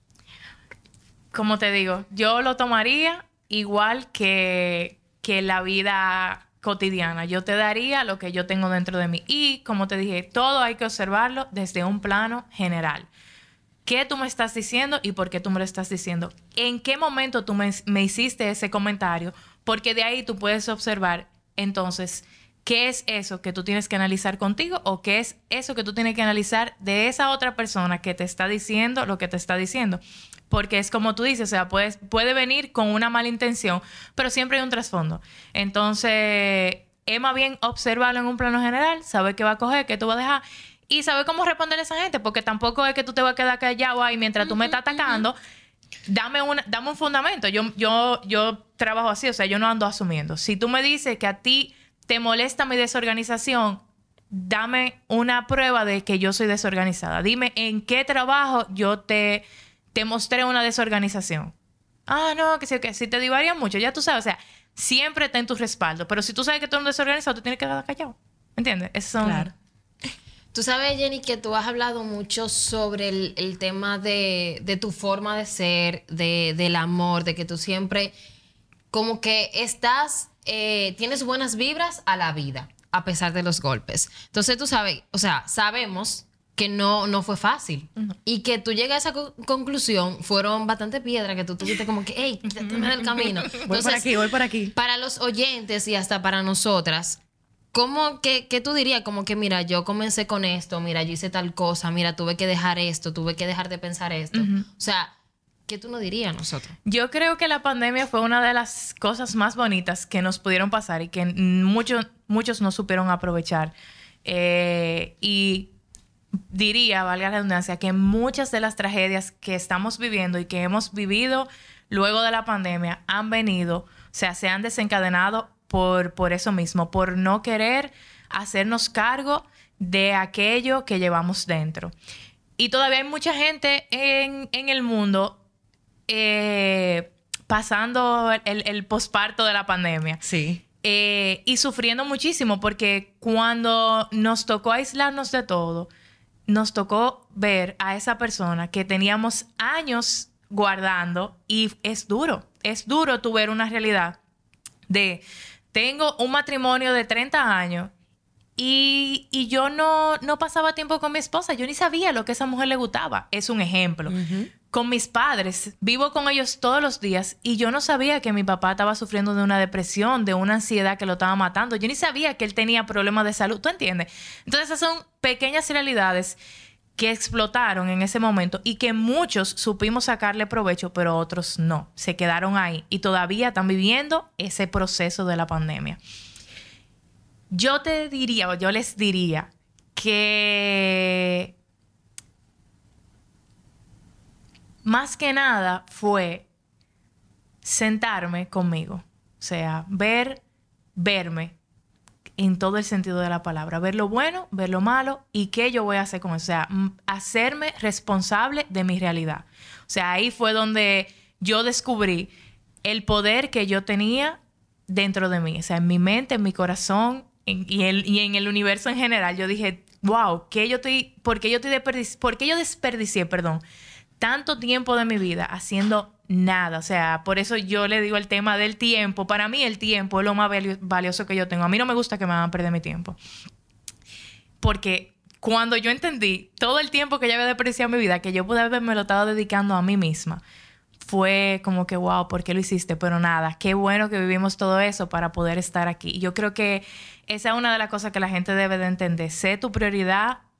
Como te digo, yo lo tomaría igual que la vida cotidiana. Yo te daría lo que yo tengo dentro de mí. Y como te dije, todo hay que observarlo desde un plano general. ¿Qué tú me estás diciendo y por qué tú me lo estás diciendo? ¿En qué momento tú me hiciste ese comentario? Porque de ahí tú puedes observar, entonces, ¿qué es eso que tú tienes que analizar contigo o qué es eso que tú tienes que analizar de esa otra persona que te está diciendo lo que te está diciendo? Porque es como tú dices, o sea, puede venir con una mala intención, pero siempre hay un trasfondo. Entonces, es más bien observarlo en un plano general, saber qué va a coger, qué tú vas a dejar y saber cómo responderle a esa gente, porque tampoco es que tú te vas a quedar callado ahí mientras tú me estás atacando. Dame un fundamento. Yo trabajo así, o sea, yo no ando asumiendo. Si tú me dices que a ti te molesta mi desorganización, dame una prueba de que yo soy desorganizada. Dime en qué trabajo yo te mostré una desorganización. Ah, no, que si te divarían mucho, ya tú sabes, o sea, siempre está en tu respaldo. Pero si tú sabes que tú eres un desorganizado, tú tienes que quedar callado. ¿Entiendes? Claro. Tú sabes, Jenny, que tú has hablado mucho sobre el tema de tu forma de ser, del amor, de que tú siempre como que tienes buenas vibras a la vida, a pesar de los golpes. Entonces tú sabes, o sea, sabemos que no fue fácil. Y que tú llegas a esa conclusión, fueron bastante piedras que tú tuviste como que, hey, quítate del camino. Entonces, voy por aquí. Para los oyentes y hasta para nosotras, ¿qué tú dirías? Como que, mira, yo comencé con esto, mira, yo hice tal cosa, mira, tuve que dejar esto, tuve que dejar de pensar esto. O sea, ¿qué tú nos dirías a nosotros? Yo creo que la pandemia fue una de las cosas más bonitas que nos pudieron pasar y que muchos no supieron aprovechar. Y diría, valga la redundancia, que muchas de las tragedias que estamos viviendo y que hemos vivido luego de la pandemia han venido, o sea, se han desencadenado por eso mismo, por no querer hacernos cargo de aquello que llevamos dentro. Y todavía hay mucha gente en el mundo pasando el posparto de la pandemia. Sí. Y sufriendo muchísimo porque cuando nos tocó aislarnos de todo, nos tocó ver a esa persona que teníamos años guardando y es duro tú ver una realidad de tengo un matrimonio de 30 años y yo no pasaba tiempo con mi esposa. Yo ni sabía lo que a esa mujer le gustaba. Es un ejemplo. Con mis padres, vivo con ellos todos los días y yo no sabía que mi papá estaba sufriendo de una depresión, de una ansiedad que lo estaba matando. Yo ni sabía que él tenía problemas de salud. ¿Tú entiendes? Entonces esas son pequeñas realidades que explotaron en ese momento y que muchos supimos sacarle provecho, pero otros no. Se quedaron ahí y todavía están viviendo ese proceso de la pandemia. Yo les diría que más que nada fue sentarme conmigo. O sea, verme en todo el sentido de la palabra. Ver lo bueno, ver lo malo y qué yo voy a hacer con eso. O sea, hacerme responsable de mi realidad. O sea, ahí fue donde yo descubrí el poder que yo tenía dentro de mí. O sea, en mi mente, en mi corazón y en el universo en general. Yo dije, wow, ¿por qué yo desperdicié, tanto tiempo de mi vida haciendo nada? O sea, por eso yo le digo el tema del tiempo. Para mí el tiempo es lo más valioso que yo tengo. A mí no me gusta que me hagan perder mi tiempo. Porque cuando yo entendí todo el tiempo que ya había desperdiciado en mi vida, que yo pude haberme lo estado dedicando a mí misma, fue como que, wow, ¿por qué lo hiciste? Pero nada, qué bueno que vivimos todo eso para poder estar aquí. Y yo creo que esa es una de las cosas que la gente debe de entender. Sé tu prioridad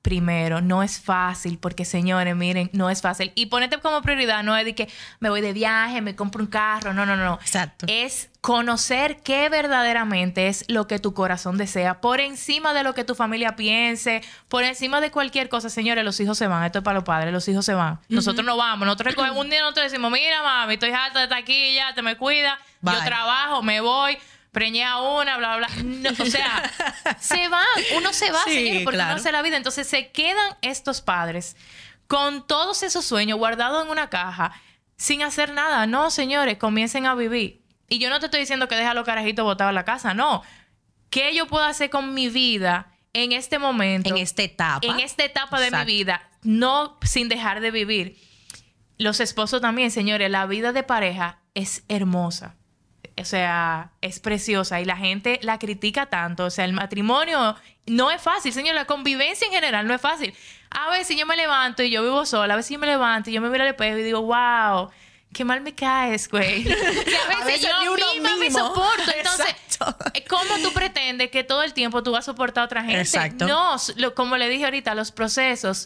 primero. No es fácil porque, señores, miren, no es fácil. Y ponete como prioridad, no es de que me voy de viaje, me compro un carro. No, no, no. Exacto. Es conocer qué verdaderamente es lo que tu corazón desea, por encima de lo que tu familia piense, por encima de cualquier cosa. Señores, los hijos se van. Esto es para los padres. Los hijos se van. Nosotros no vamos. Nosotros recogemos un día y nosotros decimos, mira, mami, estoy harta de estar aquí, ya, te me cuida. Bye. Yo trabajo, me voy. Preñé a una, bla, bla, bla. No, o sea, se van. Uno se va, Sí, señores, porque claro. uno hace la vida. Entonces se quedan estos padres con todos esos sueños guardados en una caja sin hacer nada. No, señores, comiencen a vivir. Y yo no te estoy diciendo que deja a los carajitos botados en la casa. No. ¿Qué yo puedo hacer con mi vida en este momento? En esta etapa. En esta etapa de mi Exacto. vida. No sin dejar de vivir. Los esposos también, señores. La vida de pareja es hermosa. O sea, es preciosa y la gente la critica tanto. O sea, el matrimonio no es fácil, señor. La convivencia en general no es fácil. A veces yo me levanto y yo vivo sola. A veces yo me levanto y yo me miro al espejo y digo, wow, qué mal me caes, güey. Y a veces ni yo uno misma me mismo. soporto. Entonces, Exacto. ¿cómo tú pretendes que todo el tiempo tú vas a soportar a otra gente? Exacto. No, como le dije ahorita, los procesos...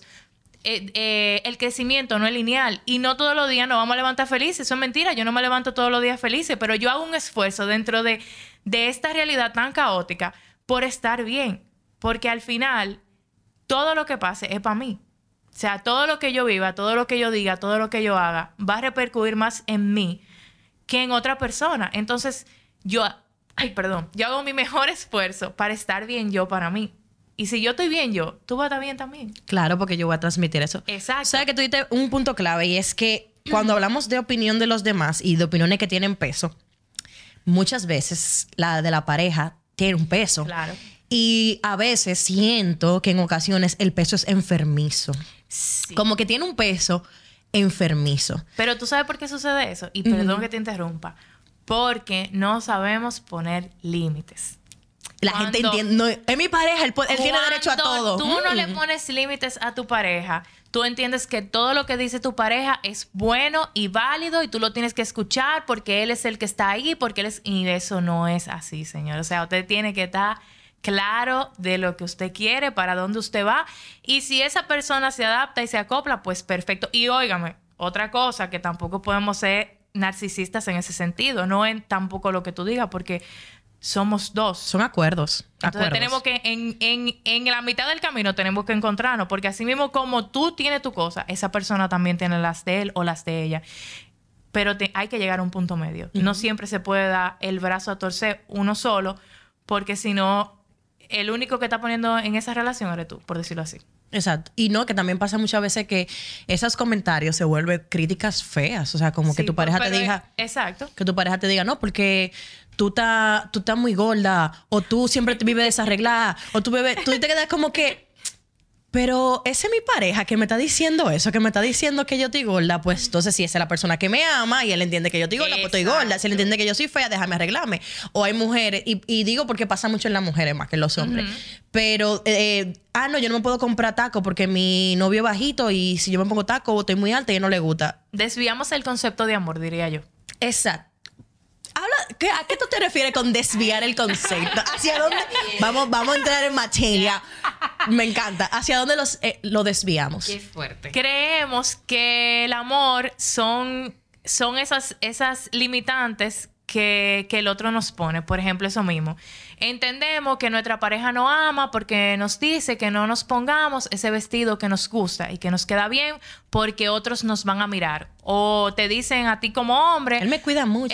el crecimiento no es lineal y no todos los días nos vamos a levantar felices. Eso es mentira. Yo no me levanto todos los días felices, pero yo hago un esfuerzo dentro de esta realidad tan caótica por estar bien. Porque al final, todo lo que pase es para mí. O sea, todo lo que yo viva, todo lo que yo diga, todo lo que yo haga, va a repercutir más en mí que en otra persona. Entonces, yo hago mi mejor esfuerzo para estar bien yo para mí. Y si yo estoy bien yo, tú vas a estar bien también. Claro, porque yo voy a transmitir eso. Exacto. ¿Sabes que tú dijiste un punto clave? Y es que cuando hablamos de opinión de los demás y de opiniones que tienen peso, muchas veces la de la pareja tiene un peso. Claro. Y a veces siento que en ocasiones el peso es enfermizo. Sí. Como que tiene un peso enfermizo. Pero tú sabes por qué sucede eso. Y perdón que te interrumpa. Porque no sabemos poner límites. La Cuando- gente entiende. No, es mi pareja, él tiene derecho a todo. Tú no le pones límites a tu pareja. Tú entiendes que todo lo que dice tu pareja es bueno y válido y tú lo tienes que escuchar porque él es el que está ahí, porque él es... Y eso no es así, señor. O sea, usted tiene que estar claro de lo que usted quiere, para dónde usted va. Y si esa persona se adapta y se acopla, pues perfecto. Y óigame, otra cosa que tampoco podemos ser narcisistas en ese sentido. No en tampoco lo que tú digas, porque somos dos. Son acuerdos. Entonces acuerdos. tenemos que, en la mitad del camino tenemos que encontrarnos, porque así mismo como tú tienes tu cosa, esa persona también tiene las de él o las de ella. Pero hay que llegar a un punto medio. No siempre se puede dar el brazo a torcer uno solo, porque si no, el único que está poniendo en esa relación eres tú, por decirlo así. Exacto. Y no, que también pasa muchas veces que esos comentarios se vuelven críticas feas. O sea, como que Sí, tu pareja te pero diga... Exacto. Que tu pareja te diga, no, porque tú estás muy gorda, o tú siempre te vives desarreglada, o tú te quedas como que, pero esa es mi pareja que me está diciendo eso, que me está diciendo que yo estoy gorda, pues entonces si esa es la persona que me ama y él entiende que yo estoy gorda, pues estoy Exacto. gorda. Si él entiende que yo soy fea, déjame arreglarme. O hay mujeres, y digo porque pasa mucho en las mujeres más que en los hombres, pero, no, yo no me puedo comprar taco porque mi novio es bajito y si yo me pongo taco estoy muy alta y a él no le gusta. Desviamos el concepto de amor, diría yo. Exacto. ¿A qué tú te refieres con desviar el concepto? ¿Hacia dónde? Vamos a entrar en materia. Me encanta. ¿Hacia dónde lo desviamos? Qué fuerte. Creemos que el amor son esas limitantes que el otro nos pone. Por ejemplo, eso mismo. Entendemos que nuestra pareja no ama porque nos dice que no nos pongamos ese vestido que nos gusta y que nos queda bien porque otros nos van a mirar. O te dicen a ti como hombre... Él me cuida mucho.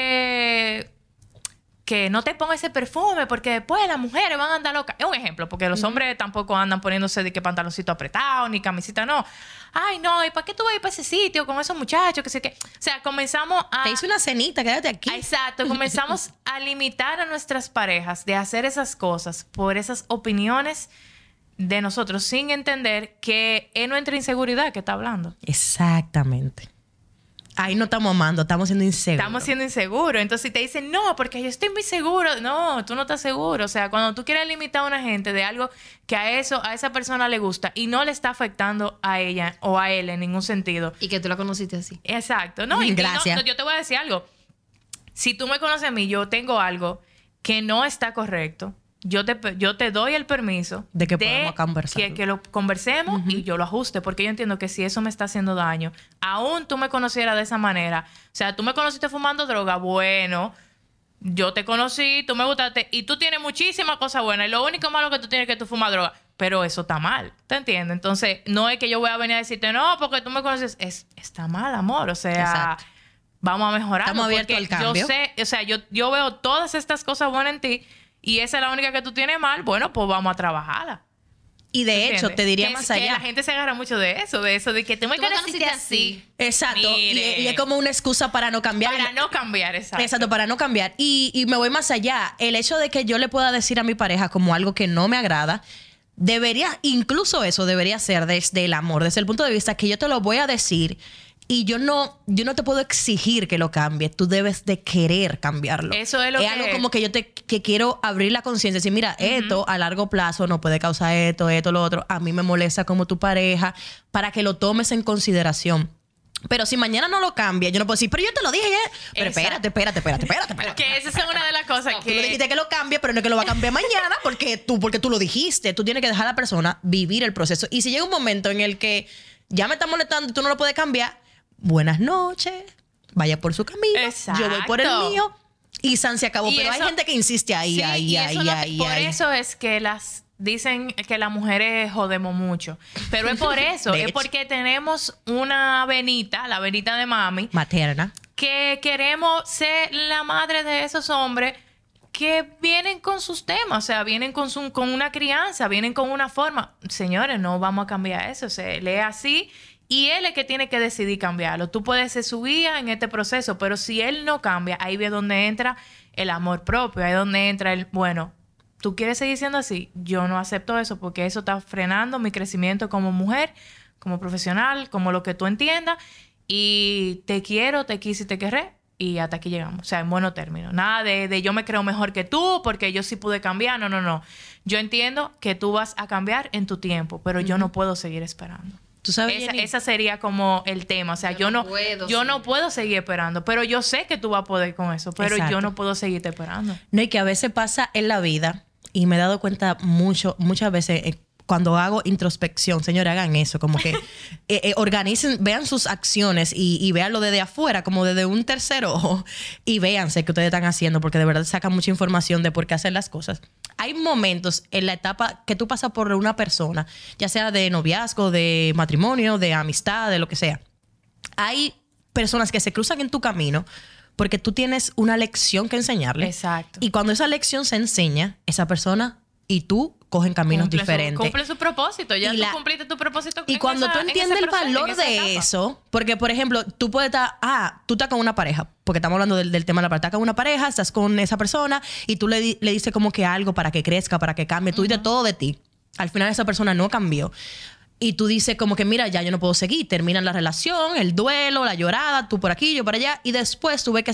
Que no te pongas ese perfume porque después las mujeres van a andar locas. Es un ejemplo, porque los hombres tampoco andan poniéndose de que pantaloncito apretado ni camisita, no. Ay, no, ¿y para qué tú vas a ir para ese sitio con esos muchachos? Que sé qué. O sea, comenzamos a... Te hice una cenita, quédate aquí. Exacto, comenzamos a limitar a nuestras parejas de hacer esas cosas por esas opiniones de nosotros sin entender que es nuestra inseguridad que está hablando. Exactamente. Ahí no estamos amando, estamos siendo inseguros. Estamos siendo inseguros. Entonces, si te dicen, no, porque yo estoy muy seguro. No, tú no estás seguro. O sea, cuando tú quieres limitar a una gente de algo que a esa persona le gusta y no le está afectando a ella o a él en ningún sentido. Y que tú la conociste así. Exacto. No, y Gracias. no, yo te voy a decir algo. Si tú me conoces a mí, yo tengo algo que no está correcto. yo te doy el permiso de que podamos conversar. Que lo conversemos y yo lo ajuste, porque yo entiendo que si eso me está haciendo daño, aún tú me conocieras de esa manera, o sea, tú me conociste fumando droga, bueno, yo te conocí, tú me gustaste y tú tienes muchísimas cosas buenas y lo único malo que tú tienes es que tú fumas droga, pero eso está mal, ¿te entiendes? Entonces, no es que yo voy a venir a decirte, no, porque tú me conoces, está mal, amor, o sea... Exacto. Vamos a mejorar. Estamos abiertos al cambio. Yo sé, o sea, yo veo todas estas cosas buenas en ti y esa es la única que tú tienes mal. Bueno, pues vamos a trabajarla. Y de hecho, te diría más allá. Que la gente se agarra mucho de eso, de que tú me conociste así. Exacto. Y es como una excusa para no cambiar. Para no cambiar, exacto. Exacto, para no cambiar. Y me voy más allá. El hecho de que yo le pueda decir a mi pareja como algo que no me agrada, incluso eso debería ser desde el amor, desde el punto de vista que yo te lo voy a decir. Y yo no te puedo exigir que lo cambie. Tú debes de querer cambiarlo. Eso es lo que... Es algo como que que quiero abrir la conciencia. Decir, mira, esto a largo plazo no puede causar esto, lo otro. A mí me molesta como tu pareja, para que lo tomes en consideración. Pero si mañana no lo cambia, yo no puedo decir, pero yo te lo dije ya. Pero espérate. Que esa es una de las cosas que... Tú le dijiste que lo cambie, pero no es que lo va a cambiar mañana porque tú lo dijiste. Tú tienes que dejar a la persona vivir el proceso. Y si llega un momento en el que ya me está molestando y tú no lo puedes cambiar, buenas noches, vaya por su camino, exacto. Yo voy por el mío y San se acabó. Pero hay gente que insiste ahí. Por eso es que dicen que las mujeres jodemos mucho. Pero es por eso, es porque tenemos una venita, la venita de mami. Materna. Que queremos ser la madre de esos hombres que vienen con sus temas, o sea, vienen con una crianza, vienen con una forma. Señores, no vamos a cambiar eso, se lee así. Y él es que tiene que decidir cambiarlo. Tú puedes ser su guía en este proceso, pero si él no cambia, ahí es donde entra el amor propio, ahí es donde entra bueno, ¿tú quieres seguir siendo así? Yo no acepto eso porque eso está frenando mi crecimiento como mujer, como profesional, como lo que tú entiendas. Y te quiero, te quise y te querré. Y hasta aquí llegamos. O sea, en buenos términos. Nada de yo me creo mejor que tú porque yo sí pude cambiar. No. Yo entiendo que tú vas a cambiar en tu tiempo, pero yo no puedo seguir esperando. ¿Tú sabes, esa sería como el tema. O sea, yo no puedo seguir esperando. Pero yo sé que tú vas a poder con eso. Pero yo no puedo seguirte esperando. No, y que a veces pasa en la vida, y me he dado cuenta muchas veces cuando hago introspección, señores, hagan eso. Como que organicen, vean sus acciones y véanlo desde afuera, como desde un tercer ojo. Y véanse qué ustedes están haciendo, porque de verdad sacan mucha información de por qué hacer las cosas. Hay momentos en la etapa que tú pasas por una persona, ya sea de noviazgo, de matrimonio, de amistad, de lo que sea. Hay personas que se cruzan en tu camino porque tú tienes una lección que enseñarle. Exacto. Y cuando esa lección se enseña, esa persona y tú cogen caminos diferentes. Cumple su propósito. Ya tú cumpliste tu propósito. Y cuando tú entiendes el valor de eso, porque, por ejemplo, tú puedes estar... tú estás con una pareja, porque estamos hablando del tema de la pareja. Estás con una pareja, estás con esa persona y tú le dices como que algo para que crezca, para que cambie. Tú dices todo de ti. Al final esa persona no cambió. Y tú dices como que, mira, ya yo no puedo seguir. Terminan la relación, el duelo, la llorada, tú por aquí, yo por allá. Y después tú ves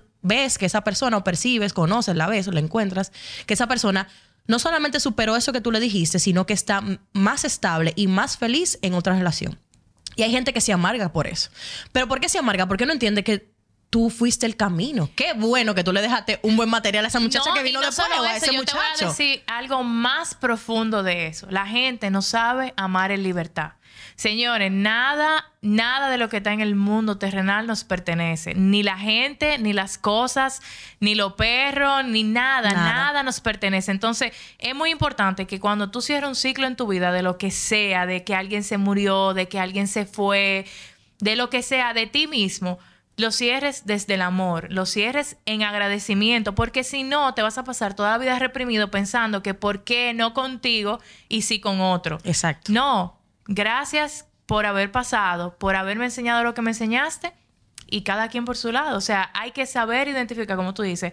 que esa persona, o percibes, conoces, la ves, o la encuentras, que esa persona no solamente superó eso que tú le dijiste, sino que está más estable y más feliz en otra relación. Y hay gente que se amarga por eso. ¿Pero por qué se amarga? Porque no entiende que tú fuiste el camino. Qué bueno que tú le dejaste un buen material a esa muchacha que vino después, o a ese muchacho. Yo te voy a decir algo más profundo de eso. La gente no sabe amar en libertad. Señores, nada de lo que está en el mundo terrenal nos pertenece. Ni la gente, ni las cosas, ni los perros, ni nada nos pertenece. Entonces, es muy importante que cuando tú cierres un ciclo en tu vida de lo que sea, de que alguien se murió, de que alguien se fue, de lo que sea, de ti mismo, lo cierres desde el amor, lo cierres en agradecimiento, porque si no, te vas a pasar toda la vida reprimido pensando que por qué no contigo y sí con otro. Exacto. No. Gracias por haber pasado, por haberme enseñado lo que me enseñaste y cada quien por su lado. O sea, hay que saber identificar, como tú dices,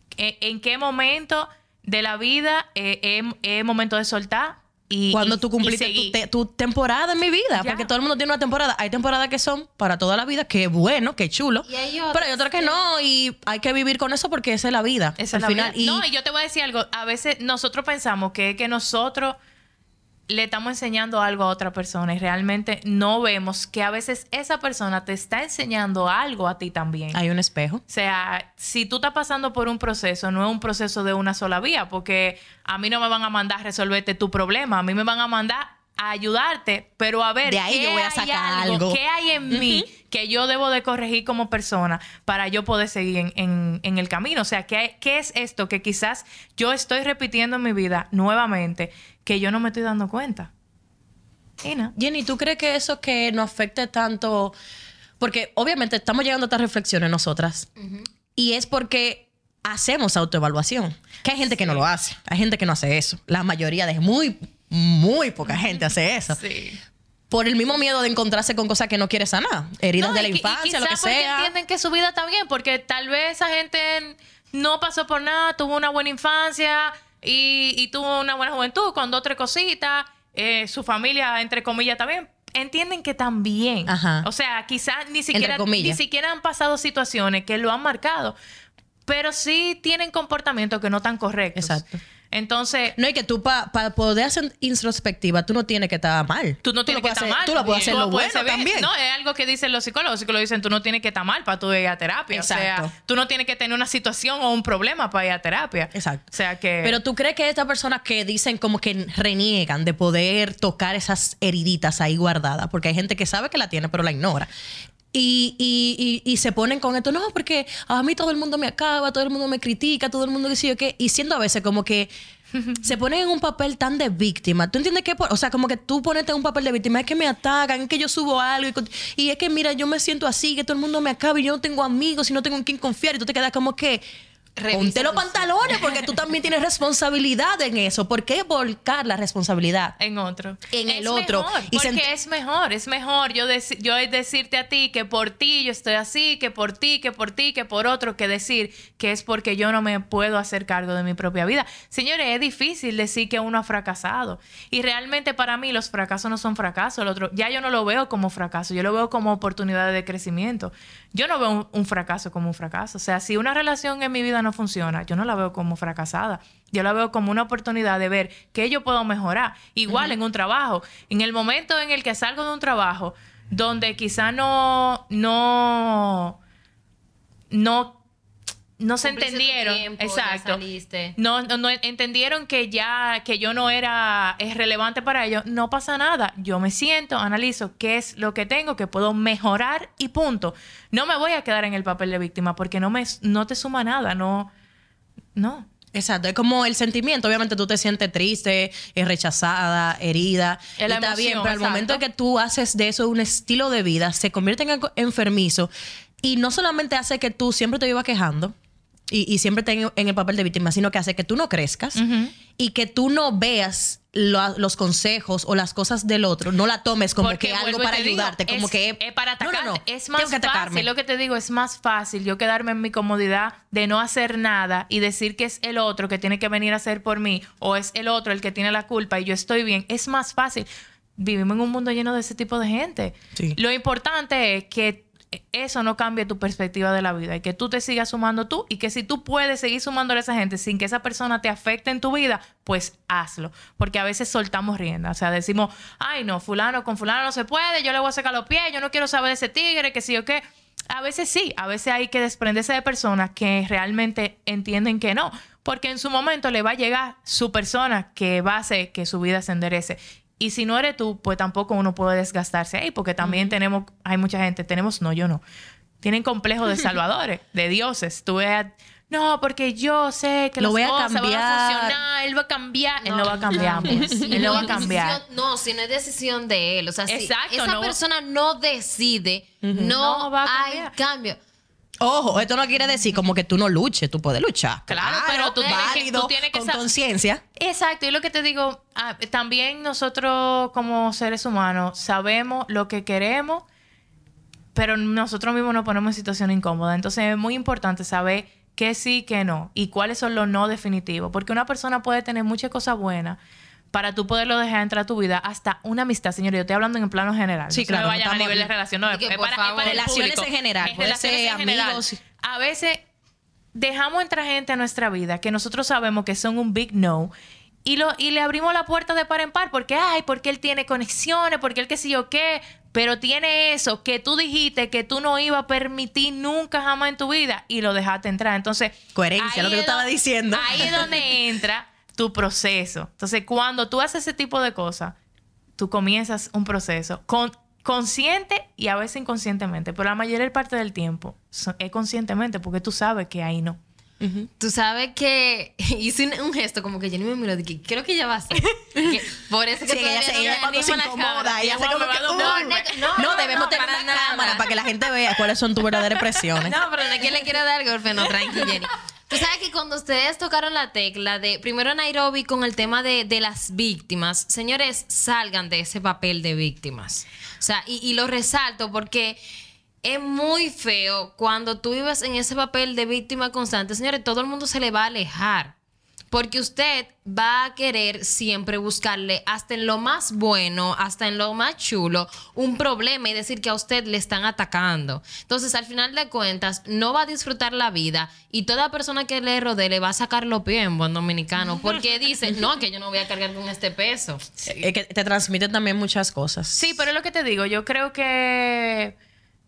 en qué momento de la vida es momento de soltar. Cuando tú cumpliste tu temporada en mi vida. Ya. Porque todo el mundo tiene una temporada. Hay temporadas que son para toda la vida. Qué bueno, qué chulo. Pero hay otras que no. Y hay que vivir con eso porque esa es la vida. Esa es la vida. No, y yo te voy a decir algo. A veces nosotros pensamos que nosotros le estamos enseñando algo a otra persona y realmente no vemos que a veces esa persona te está enseñando algo a ti también. Hay un espejo. O sea, si tú estás pasando por un proceso, no es un proceso de una sola vía, porque a mí no me van a mandar a resolverte tu problema, a mí me van a mandar a ayudarte, pero a ver, de ahí yo voy a sacar algo. ¿Qué hay en mí que yo debo de corregir como persona para yo poder seguir en el camino? O sea, ¿qué es esto que quizás yo estoy repitiendo en mi vida nuevamente que yo no me estoy dando cuenta? Y no. Jenny, ¿tú crees que eso que nos afecte tanto? Porque obviamente estamos llegando a estas reflexiones nosotras. Y es porque hacemos autoevaluación. Que hay gente que no lo hace. Hay gente que no hace eso. La mayoría de muy poca gente hace eso. Sí. Por el mismo miedo de encontrarse con cosas que no quiere sanar. Heridas de la infancia, lo que porque sea. entienden que su vida está bien. Porque tal vez esa gente no pasó por nada, tuvo una buena infancia y tuvo una buena juventud con 2 o 3 cositas. Su familia, entre comillas, también. Entienden que también. Ajá. O sea, quizás ni siquiera han pasado situaciones que lo han marcado. Pero sí tienen comportamientos que no están correctos. Exacto. Entonces... No, y que tú para poder hacer introspectiva, tú no tienes que estar mal. Tú no tienes que estar mal. Tú lo puedes hacer lo bueno también. No, es algo que dicen los psicólogos. Los psicólogos dicen, tú no tienes que estar mal para tú ir a terapia. Exacto. O sea, tú no tienes que tener una situación o un problema para ir a terapia. Exacto. O sea que... Pero tú crees que estas personas que dicen como que reniegan de poder tocar esas heriditas ahí guardadas, porque hay gente que sabe que la tiene pero la ignora. Y se ponen con esto, no, porque a mí todo el mundo me acaba, todo el mundo me critica, todo el mundo dice yo qué, y siendo a veces como que se ponen en un papel tan de víctima. ¿Tú entiendes qué? O sea, como que tú ponete en un papel de víctima, es que me atacan, es que yo subo algo y es que mira, yo me siento así, que todo el mundo me acaba y yo no tengo amigos y no tengo en quién confiar y tú te quedas como que... Ponte los pantalones porque tú también tienes responsabilidad en eso. ¿Por qué volcar la responsabilidad en otro? En el otro. Mejor, porque es mejor. Es mejor yo decirte a ti que por ti yo estoy así, que por ti, que por ti, que por otro, que decir que es porque yo no me puedo hacer cargo de mi propia vida. Señores, es difícil decir que uno ha fracasado. Y realmente para mí los fracasos no son fracasos. El otro, ya yo no lo veo como fracaso. Yo lo veo como oportunidades de crecimiento. Yo no veo un fracaso como un fracaso. O sea, si una relación en mi vida no funciona, yo no la veo como fracasada. Yo la veo como una oportunidad de ver qué yo puedo mejorar. Igual en un trabajo. En el momento en el que salgo de un trabajo donde quizá no se entendieron. Tiempo, exacto. No entendieron que yo no era relevante para ellos. No pasa nada. Yo me siento, analizo qué es lo que tengo, que puedo mejorar y punto. No me voy a quedar en el papel de víctima porque no te suma nada. No. Exacto, es como el sentimiento. Obviamente tú te sientes triste, rechazada, herida. Es la está emoción, bien, pero al exacto. momento en que tú haces de eso un estilo de vida, se convierte en algo enfermizo y no solamente hace que tú siempre te vivas quejando y siempre estés en el papel de víctima, sino que hace que tú no crezcas y que tú no veas los consejos o las cosas del otro, no la tomes como Porque que algo para ayudarte, como que es para atacarte. No. Es más Tengo que atacarme. fácil, lo que te digo, es más fácil yo quedarme en mi comodidad de no hacer nada y decir que es el otro que tiene que venir a hacer por mí o es el otro el que tiene la culpa y yo estoy bien. Es más fácil. Vivimos en un mundo lleno de ese tipo de gente. Sí. Lo importante es que eso no cambie tu perspectiva de la vida y que tú te sigas sumando tú y que si tú puedes seguir sumándole a esa gente sin que esa persona te afecte en tu vida, pues hazlo. Porque a veces soltamos rienda. O sea, decimos, ay no, con fulano no se puede, yo le voy a sacar los pies, yo no quiero saber de ese tigre, que sí o qué. A veces sí, a veces hay que desprenderse de personas que realmente entienden que no. Porque en su momento le va a llegar su persona que va a hacer que su vida se enderece. Y si no eres tú, pues tampoco uno puede desgastarse ahí, porque también hay mucha gente, yo no. Tienen complejos de salvadores, de dioses. Tú ves, no, porque yo sé que las cosas van a funcionar, él va a cambiar. Él no va a cambiar, pues. Él no va a cambiar. No, si no es decisión de él. O sea, exacto, si esa persona no decide, no va a hay cambio. Ojo, esto no quiere decir como que tú no luches, tú puedes luchar. Claro, pero tú tienes que con conciencia. Exacto, y lo que te digo, también nosotros como seres humanos sabemos lo que queremos, pero nosotros mismos nos ponemos en situación incómoda. Entonces es muy importante saber qué sí, qué no, y cuáles son los no definitivos, porque una persona puede tener muchas cosas buenas para tú poderlo dejar entrar a tu vida, hasta una amistad, señores. Yo estoy hablando en el plano general. Sí, no claro. No vayan a nivel de relación. No, es para relaciones en general. Puede ser amigos. A veces dejamos entrar gente a nuestra vida que nosotros sabemos que son un big no y le abrimos la puerta de par en par porque él tiene conexiones, porque él qué sé yo qué, pero tiene eso que tú dijiste que tú no ibas a permitir nunca jamás en tu vida y lo dejaste entrar. Entonces, coherencia, lo que tú estabas diciendo. Ahí es donde entra tu proceso. Entonces, cuando tú haces ese tipo de cosas, tú comienzas un proceso consciente y a veces inconscientemente, pero la mayor parte del tiempo es conscientemente porque tú sabes que ahí no. Tú sabes que hice un gesto como que Jenny me miró de que creo que ella va a hacer. Por eso que Sí, ella cuando se incomoda, ella hace como que no, debemos tener una cámara para que la gente vea cuáles son tus verdaderas expresiones. No, pero no es que le quiera dar golpe, no, tranqui, Jenny. Tú sabes que cuando ustedes tocaron la tecla de primero Nairobi con el tema de las víctimas, señores, salgan de ese papel de víctimas. O sea, y lo resalto porque es muy feo cuando tú vives en ese papel de víctima constante. Señores, todo el mundo se le va a alejar. Porque usted va a querer siempre buscarle hasta en lo más bueno, hasta en lo más chulo, un problema y decir que a usted le están atacando. Entonces, al final de cuentas, no va a disfrutar la vida y toda persona que le rodee le va a sacar los pies en buen dominicano porque dice, no, que yo no voy a cargar con este peso. Es que te transmiten también muchas cosas. Sí, pero es lo que te digo. Yo creo que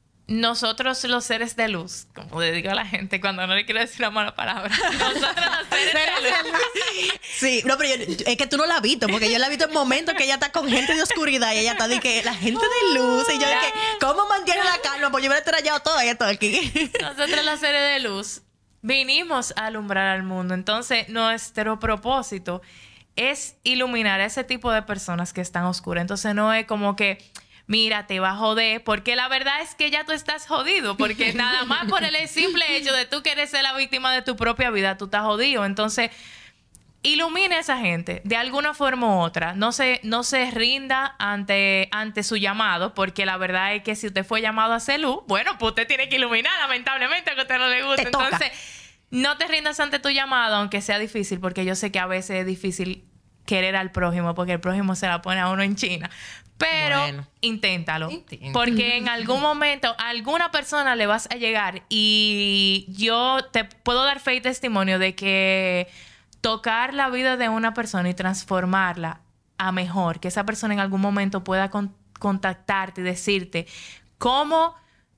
nosotros los seres de luz, como le digo a la gente cuando no le quiero decir la mala palabra, nosotros los seres de luz. Sí, no, pero es que tú no la has visto, porque yo la he visto en momentos que ella está con gente de oscuridad y ella está de que la gente de luz, y yo de que, ¿cómo mantiene la calma? Pues yo me he trayado todo esto aquí. Nosotros los seres de luz vinimos a alumbrar al mundo. Entonces, nuestro propósito es iluminar a ese tipo de personas que están oscuras. Entonces, no es como que mira, te va a joder, porque la verdad es que ya tú estás jodido, porque nada más por el simple hecho de tú querer ser la víctima de tu propia vida, tú estás jodido. Entonces, ilumine a esa gente de alguna forma u otra. No se rinda ante su llamado, porque la verdad es que si usted fue llamado a hacer luz, bueno, pues usted tiene que iluminar, lamentablemente, aunque a usted no le guste. Entonces, no te rindas ante tu llamado, aunque sea difícil, porque yo sé que a veces es difícil querer al prójimo, porque el prójimo se la pone a uno en China. Pero inténtalo. Porque en algún momento a alguna persona le vas a llegar. Y yo te puedo dar fe y testimonio de que tocar la vida de una persona y transformarla a mejor, que esa persona en algún momento pueda contactarte y decirte cómo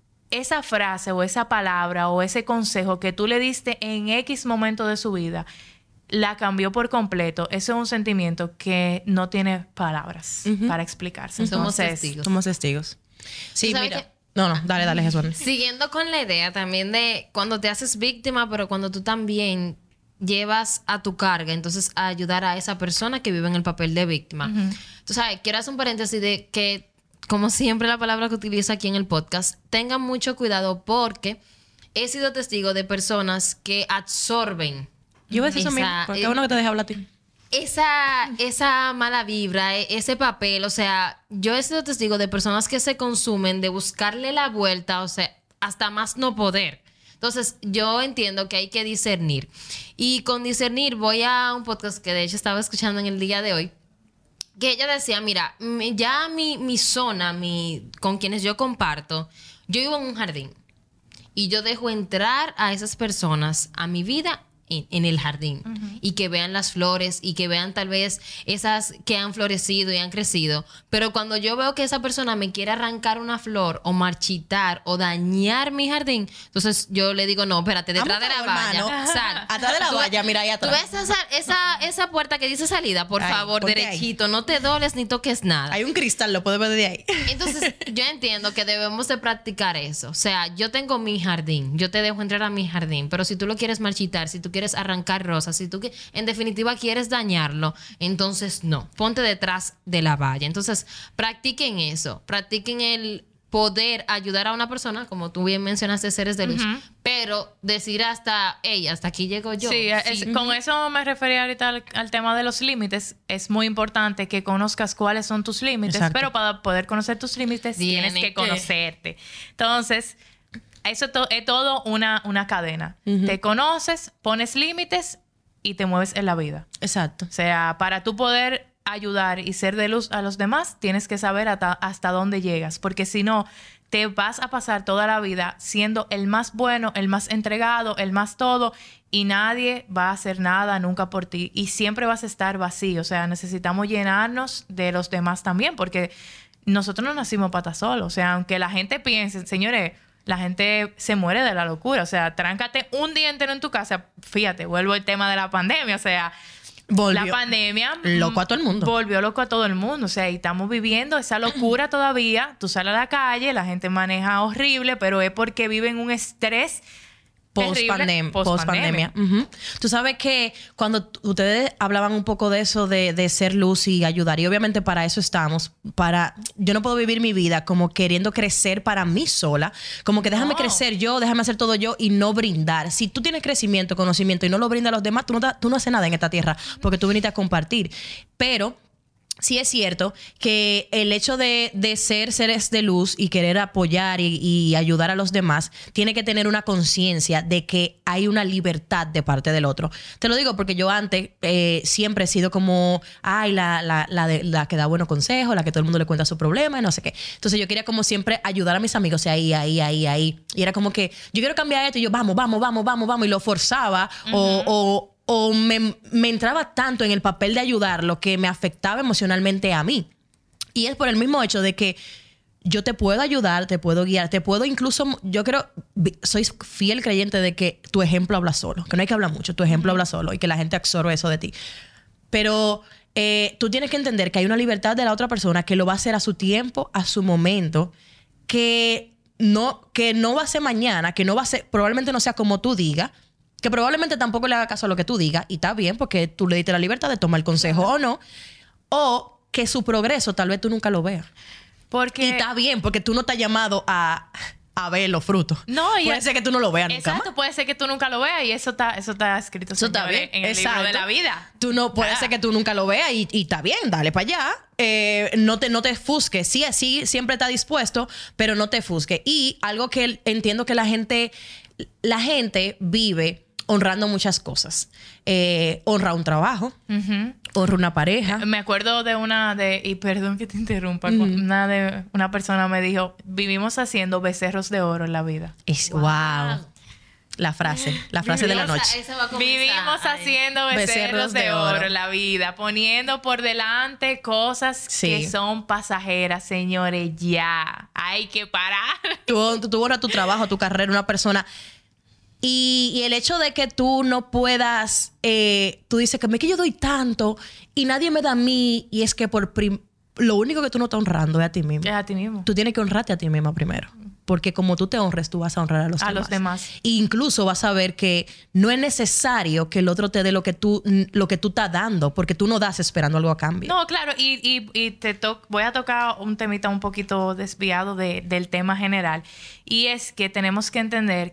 esa frase o esa palabra o ese consejo que tú le diste en X momento de su vida la cambió por completo. Eso es un sentimiento que no tiene palabras para explicarse. Somos testigos. Somos testigos. Sí, mira. No, dale, Jesús. Siguiendo con la idea también de cuando te haces víctima, pero cuando tú también llevas a tu carga, entonces a ayudar a esa persona que vive en el papel de víctima. Tú sabes, quiero hacer un paréntesis de que, como siempre la palabra que utilizo aquí en el podcast, tengan mucho cuidado porque he sido testigo de personas que absorben yo voy a decir eso mismo, porque es bueno que te deje hablar a ti. Esa mala vibra, ese papel, o sea, yo he sido testigo de personas que se consumen de buscarle la vuelta, o sea, hasta más no poder. Entonces, yo entiendo que hay que discernir. Y con discernir voy a un podcast que de hecho estaba escuchando en el día de hoy, que ella decía, mira, ya mi zona, con quienes yo comparto, yo vivo en un jardín y yo dejo entrar a esas personas a mi vida en el jardín y que vean las flores y que vean tal vez esas que han florecido y han crecido. Pero cuando yo veo que esa persona me quiere arrancar una flor o marchitar o dañar mi jardín, entonces yo le digo, no, espérate, detrás de la valla. Sal. Atrás de la valla, mira ahí atrás. ¿Tú ves esa puerta que dice salida? Por favor, derechito. Ahí. No te dobles ni toques nada. Hay un cristal, lo puedes ver de ahí. Entonces, yo entiendo que debemos de practicar eso. O sea, yo tengo mi jardín. Yo te dejo entrar a mi jardín. Pero si tú lo quieres marchitar, si tú quieres arrancar rosas, si tú en definitiva quieres dañarlo, entonces no, ponte detrás de la valla. Entonces practiquen eso, practiquen el poder ayudar a una persona, como tú bien mencionaste, seres de luz, pero decir hasta aquí llego yo. Sí, con eso me refería ahorita al tema de los límites. Es muy importante que conozcas cuáles son tus límites. Exacto. Pero para poder conocer tus límites tienes que conocerte. Entonces, eso es todo una cadena. Te conoces, pones límites y te mueves en la vida. Exacto. O sea, para tú poder ayudar y ser de luz a los demás, tienes que saber hasta dónde llegas. Porque si no, te vas a pasar toda la vida siendo el más bueno, el más entregado, el más todo, y nadie va a hacer nada nunca por ti. Y siempre vas a estar vacío. O sea, necesitamos llenarnos de los demás también, porque nosotros no nacimos patas solos. O sea, aunque la gente piense, señores, la gente se muere de la locura. O sea, tráncate un día entero en tu casa. Fíjate, vuelvo al tema de la pandemia. O sea, la pandemia loco a todo el mundo. Volvió loco a todo el mundo. O sea, y estamos viviendo esa locura todavía. Tú sales a la calle, la gente maneja horrible, pero es porque viven un estrés post-pandemia. Tú sabes que cuando ustedes hablaban un poco de eso, de ser luz y ayudar, y obviamente para eso estamos, yo no puedo vivir mi vida como queriendo crecer para mí sola, como que déjame crecer yo, déjame hacer todo yo y no brindar. Si tú tienes crecimiento, conocimiento y no lo brindas a los demás, tú no haces nada en esta tierra porque tú viniste a compartir. Pero sí es cierto que el hecho de ser seres de luz y querer apoyar y ayudar a los demás tiene que tener una conciencia de que hay una libertad de parte del otro. Te lo digo porque yo antes siempre he sido como la que da buenos consejos, la que todo el mundo le cuenta su problema y no sé qué. Entonces yo quería como siempre ayudar a mis amigos, o sea, ahí. Y era como que yo quiero cambiar esto y yo vamos y lo forzaba o me entraba tanto en el papel de ayudarlo que me afectaba emocionalmente a mí. Y es por el mismo hecho de que yo te puedo ayudar, te puedo guiar, te puedo incluso... Yo soy fiel creyente de que tu ejemplo habla solo. Que no hay que hablar mucho, tu ejemplo habla solo y que la gente absorbe eso de ti. Pero tú tienes que entender que hay una libertad de la otra persona que lo va a hacer a su tiempo, a su momento, que no va a ser mañana, que no va a ser... Probablemente no sea como tú digas, que probablemente tampoco le haga caso a lo que tú digas, y está bien porque tú le diste la libertad de tomar el consejo o no, o que su progreso tal vez tú nunca lo veas. Y está bien porque tú no estás llamado a ver los frutos. No, puede ser que tú no lo veas nunca exacto, más. Puede ser que tú nunca lo veas y eso está escrito, eso está bien, en el libro de la vida. Puede ser que tú nunca lo veas y está bien, dale para allá. No te fusques. Sí, siempre está dispuesto, pero no te fusques. Y algo que entiendo que la gente vive honrando muchas cosas. Honra un trabajo, honra una pareja. Me acuerdo y perdón que te interrumpa, una persona me dijo, vivimos haciendo becerros de oro en la vida. Wow. La frase de la noche. Vivimos haciendo becerros de oro en la vida, poniendo por delante cosas que son pasajeras, señores, ya. Hay que parar. Tú honras tu trabajo, tu carrera, una persona... Y el hecho de que tú no puedas... tú dices que yo doy tanto y nadie me da a mí. Y es que lo único que tú no estás honrando es a ti mismo. Es a ti mismo. Tú tienes que honrarte a ti misma primero. Porque como tú te honres, tú vas a honrar a los demás. E incluso vas a ver que no es necesario que el otro te dé lo que tú estás dando. Porque tú no das esperando algo a cambio. No, claro. Y voy a tocar un temita un poquito desviado del tema general. Y es que tenemos que entender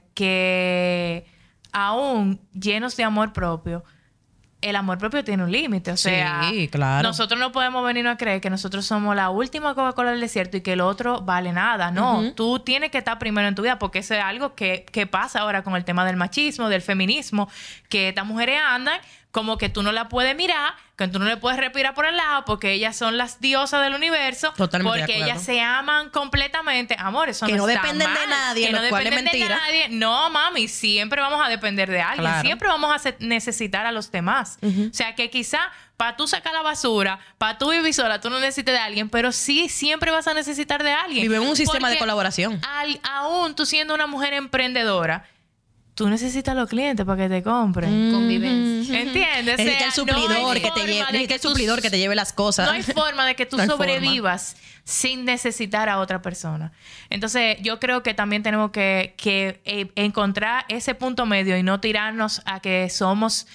que aún llenos de amor propio, el amor propio tiene un límite. O sea, claro. Nosotros no podemos venirnos a creer que nosotros somos la última Coca-Cola del desierto y que el otro vale nada. No, tú tienes que estar primero en tu vida porque eso es algo que pasa ahora con el tema del machismo, del feminismo, que estas mujeres andan como que tú no la puedes mirar, que tú no le puedes respirar por el lado porque ellas son las diosas del universo. Totalmente porque ellas se aman completamente. Amor, eso que no está dependen mal. de nadie, que no lo cual es dependen mentira. de nadie. No, mami, siempre vamos a depender de alguien. Claro. Siempre vamos a necesitar a los demás. O sea, que quizá para tú sacar la basura, para tú vivir sola, tú no necesitas de alguien, pero sí siempre vas a necesitar de alguien. Vive en un sistema de colaboración. Aún tú siendo una mujer emprendedora, tú necesitas a los clientes para que te compren. Convivencia. ¿Entiendes? Necesita el suplidor el suplidor que te lleve las cosas. No hay forma de que tú sobrevivas sin necesitar a otra persona. Entonces, yo creo que también tenemos que encontrar ese punto medio y no tirarnos a que somos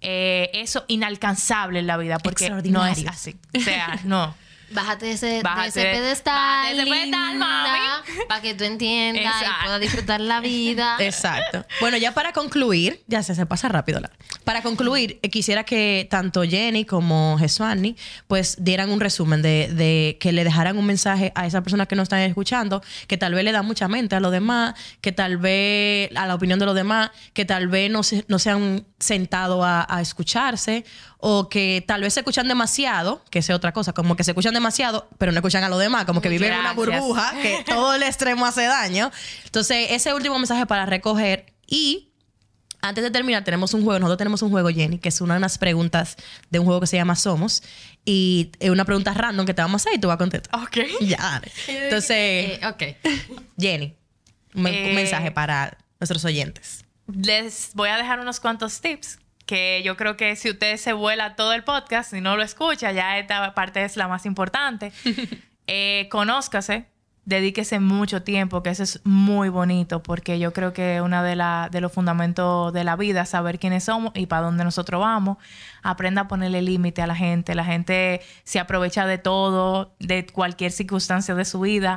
eso inalcanzable en la vida, porque no es así. O sea, no. Bájate de ese pedestal, mami. para que tú entiendas Exacto. y puedas disfrutar la vida. Exacto. Bueno, ya para concluir, ya se pasa rápido. Para concluir, quisiera que tanto Jenny como Jesuani pues dieran un resumen de que le dejaran un mensaje a esas personas que nos están escuchando, que tal vez le da mucha mente a los demás, que tal vez a la opinión de los demás, que tal vez no se han sentado a escucharse, o que tal vez se escuchan demasiado, que esa es otra cosa, como que se escuchan demasiado demasiado, pero no escuchan a los demás, como que viven en una burbuja, que todo el extremo hace daño. Entonces, ese último mensaje para recoger. Y antes de terminar, nosotros tenemos un juego, Jenny, que es una de las preguntas de un juego que se llama Somos. Y es una pregunta random que te vamos a hacer y tú vas a contestar. Ok. Ya. Entonces, Jenny, un mensaje para nuestros oyentes. Les voy a dejar unos cuantos tips que yo creo que si usted se vuela todo el podcast y no lo escucha, ya esta parte es la más importante. Conózcase. Dedíquese mucho tiempo, que eso es muy bonito, porque yo creo que una de los fundamentos de la vida es saber quiénes somos y para dónde nosotros vamos. Aprenda a ponerle límite a la gente. La gente se aprovecha de todo, de cualquier circunstancia de su vida.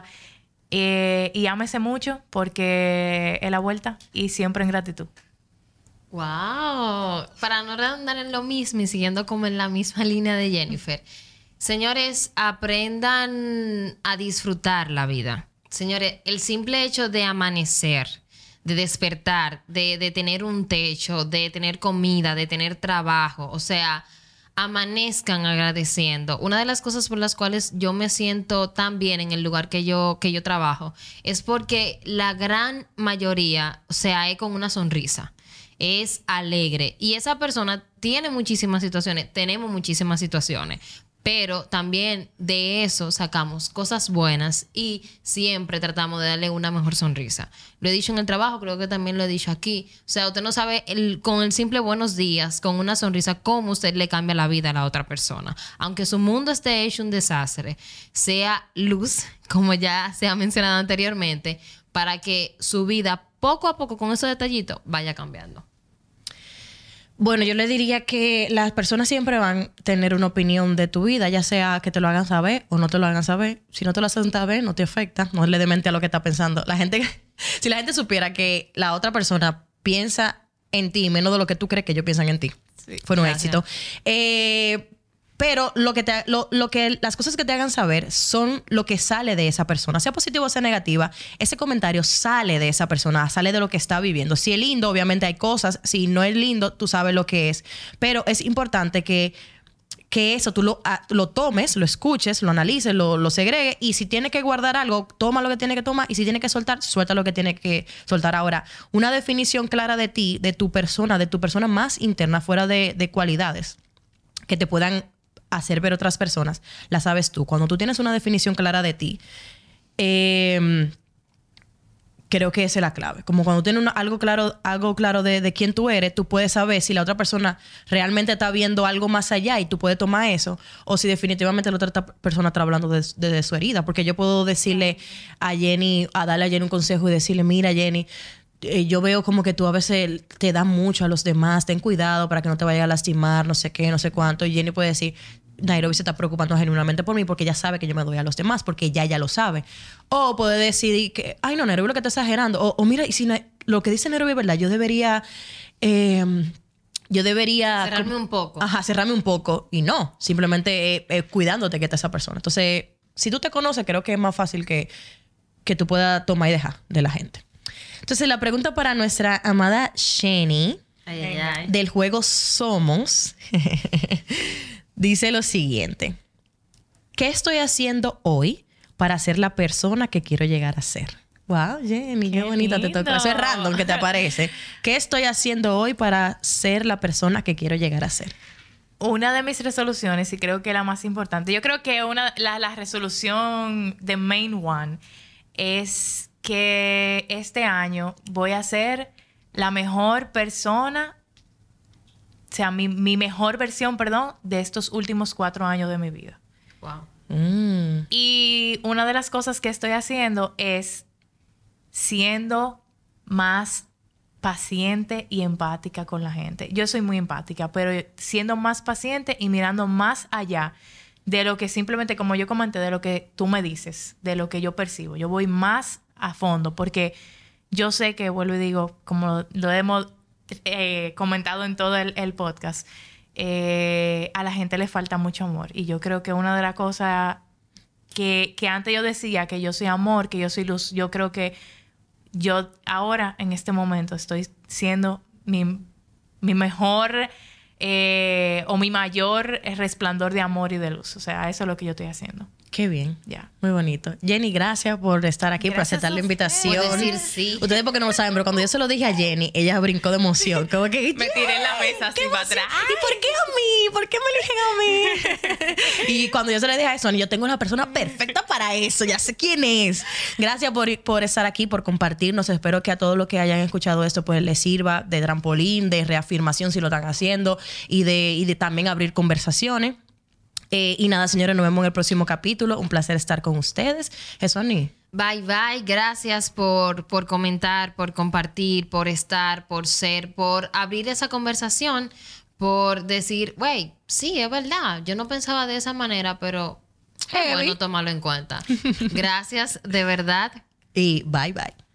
Y ámese mucho, porque es la vuelta y siempre en gratitud. ¡Wow! Para no redundar en lo mismo y siguiendo como en la misma línea de Jennifer. Señores, aprendan a disfrutar la vida. Señores, el simple hecho de amanecer, de despertar, de tener un techo, de tener comida, de tener trabajo, o sea, amanezcan agradeciendo. Una de las cosas por las cuales yo me siento tan bien en el lugar que yo trabajo es porque la gran mayoría, o sea, es con una sonrisa. Es alegre. Y esa persona tiene muchísimas situaciones, tenemos muchísimas situaciones. Pero también de eso sacamos cosas buenas y siempre tratamos de darle una mejor sonrisa. Lo he dicho en el trabajo, creo que también lo he dicho aquí. O sea, usted no sabe con el simple buenos días, con una sonrisa, cómo usted le cambia la vida a la otra persona. Aunque su mundo esté hecho un desastre, sea luz, como ya se ha mencionado anteriormente, para que su vida poco a poco con esos detallitos vaya cambiando. Bueno, yo le diría que las personas siempre van a tener una opinión de tu vida, ya sea que te lo hagan saber o no te lo hagan saber. Si no te lo hacen saber, no te afecta. No le dé mente a lo que está pensando. Si la gente supiera que la otra persona piensa en ti menos de lo que tú crees que ellos piensan en ti, fue un éxito. Pero las cosas que te hagan saber son lo que sale de esa persona. Sea positiva o sea negativa, ese comentario sale de esa persona, sale de lo que está viviendo. Si es lindo, obviamente hay cosas. Si no es lindo, tú sabes lo que es. Pero es importante que eso tú lo tomes, lo escuches, lo analices, lo segregues. Y si tiene que guardar algo, toma lo que tiene que tomar. Y si tiene que soltar, suelta lo que tiene que soltar. Ahora, una definición clara de ti, de tu persona más interna, fuera de cualidades que te puedan hacer ver otras personas, la sabes tú. Cuando tú tienes una definición clara de ti, creo que esa es la clave. Como cuando tienes algo claro de quién tú eres, tú puedes saber si la otra persona realmente está viendo algo más allá y tú puedes tomar eso, o si definitivamente la otra persona está hablando de su herida. Porque yo puedo decirle a Jenny, darle a Jenny un consejo y decirle, mira, Jenny, yo veo como que tú a veces te das mucho a los demás, ten cuidado para que no te vaya a lastimar, no sé qué, no sé cuánto. Y Jenny puede decir, Nairobi se está preocupando genuinamente por mí porque ella sabe que yo me doy a los demás, porque ya lo sabe. O puede decir que, ay, no, Nairobi lo que está exagerando. O mira, y si lo que dice Nairobi es verdad, yo debería cerrarme un poco. Ajá, cerrarme un poco. Y no, simplemente cuidándote que está esa persona. Entonces, si tú te conoces, creo que es más fácil que tú puedas tomar y dejar de la gente. Entonces, la pregunta para nuestra amada Jenny del juego Somos dice lo siguiente. ¿Qué estoy haciendo hoy para ser la persona que quiero llegar a ser? Wow, Jenny, qué bonita te tocó. Eso es random que te aparece. ¿Qué estoy haciendo hoy para ser la persona que quiero llegar a ser? Una de mis resoluciones, y creo que la más importante, yo creo que la resolución de main one es que este año voy a ser la mejor persona, o sea, mi mejor versión, de estos últimos 4 años de mi vida. Wow. Y una de las cosas que estoy haciendo es siendo más paciente y empática con la gente. Yo soy muy empática, pero siendo más paciente y mirando más allá de lo que simplemente, como yo comenté, de lo que tú me dices, de lo que yo percibo. Yo voy más a fondo porque yo sé que, vuelvo y digo, como lo hemos comentado en todo el podcast, a la gente le falta mucho amor. Y yo creo que una de las cosas que antes yo decía que yo soy amor, que yo soy luz, yo creo que yo ahora, en este momento, estoy siendo mi mejor o mi mayor resplandor de amor y de luz. O sea, eso es lo que yo estoy haciendo. Qué bien. Ya. Muy bonito. Jenny, gracias por estar aquí, por Gracias aceptar a la invitación. Por decir sí. Ustedes porque no lo saben, pero cuando yo se lo dije a Jenny, ella brincó de emoción. Como que, Me tiré en la mesa así para atrás. ¿Y por qué a mí? ¿Por qué me eligen a mí? Y cuando yo se le dije a Sonia, yo tengo la persona perfecta para eso, ya sé quién es. Gracias por estar aquí, por compartirnos. Espero que a todos los que hayan escuchado esto pues les sirva de trampolín, de reafirmación si lo están haciendo y de también abrir conversaciones. Y nada, señores, nos vemos en el próximo capítulo. Un placer estar con ustedes. Sony. Bye, bye. Gracias por comentar, por compartir, por estar, por ser, por abrir esa conversación, por decir, güey, sí, es verdad. Yo no pensaba de esa manera, pero es bueno tomarlo en cuenta. Gracias, de verdad. Y bye, bye.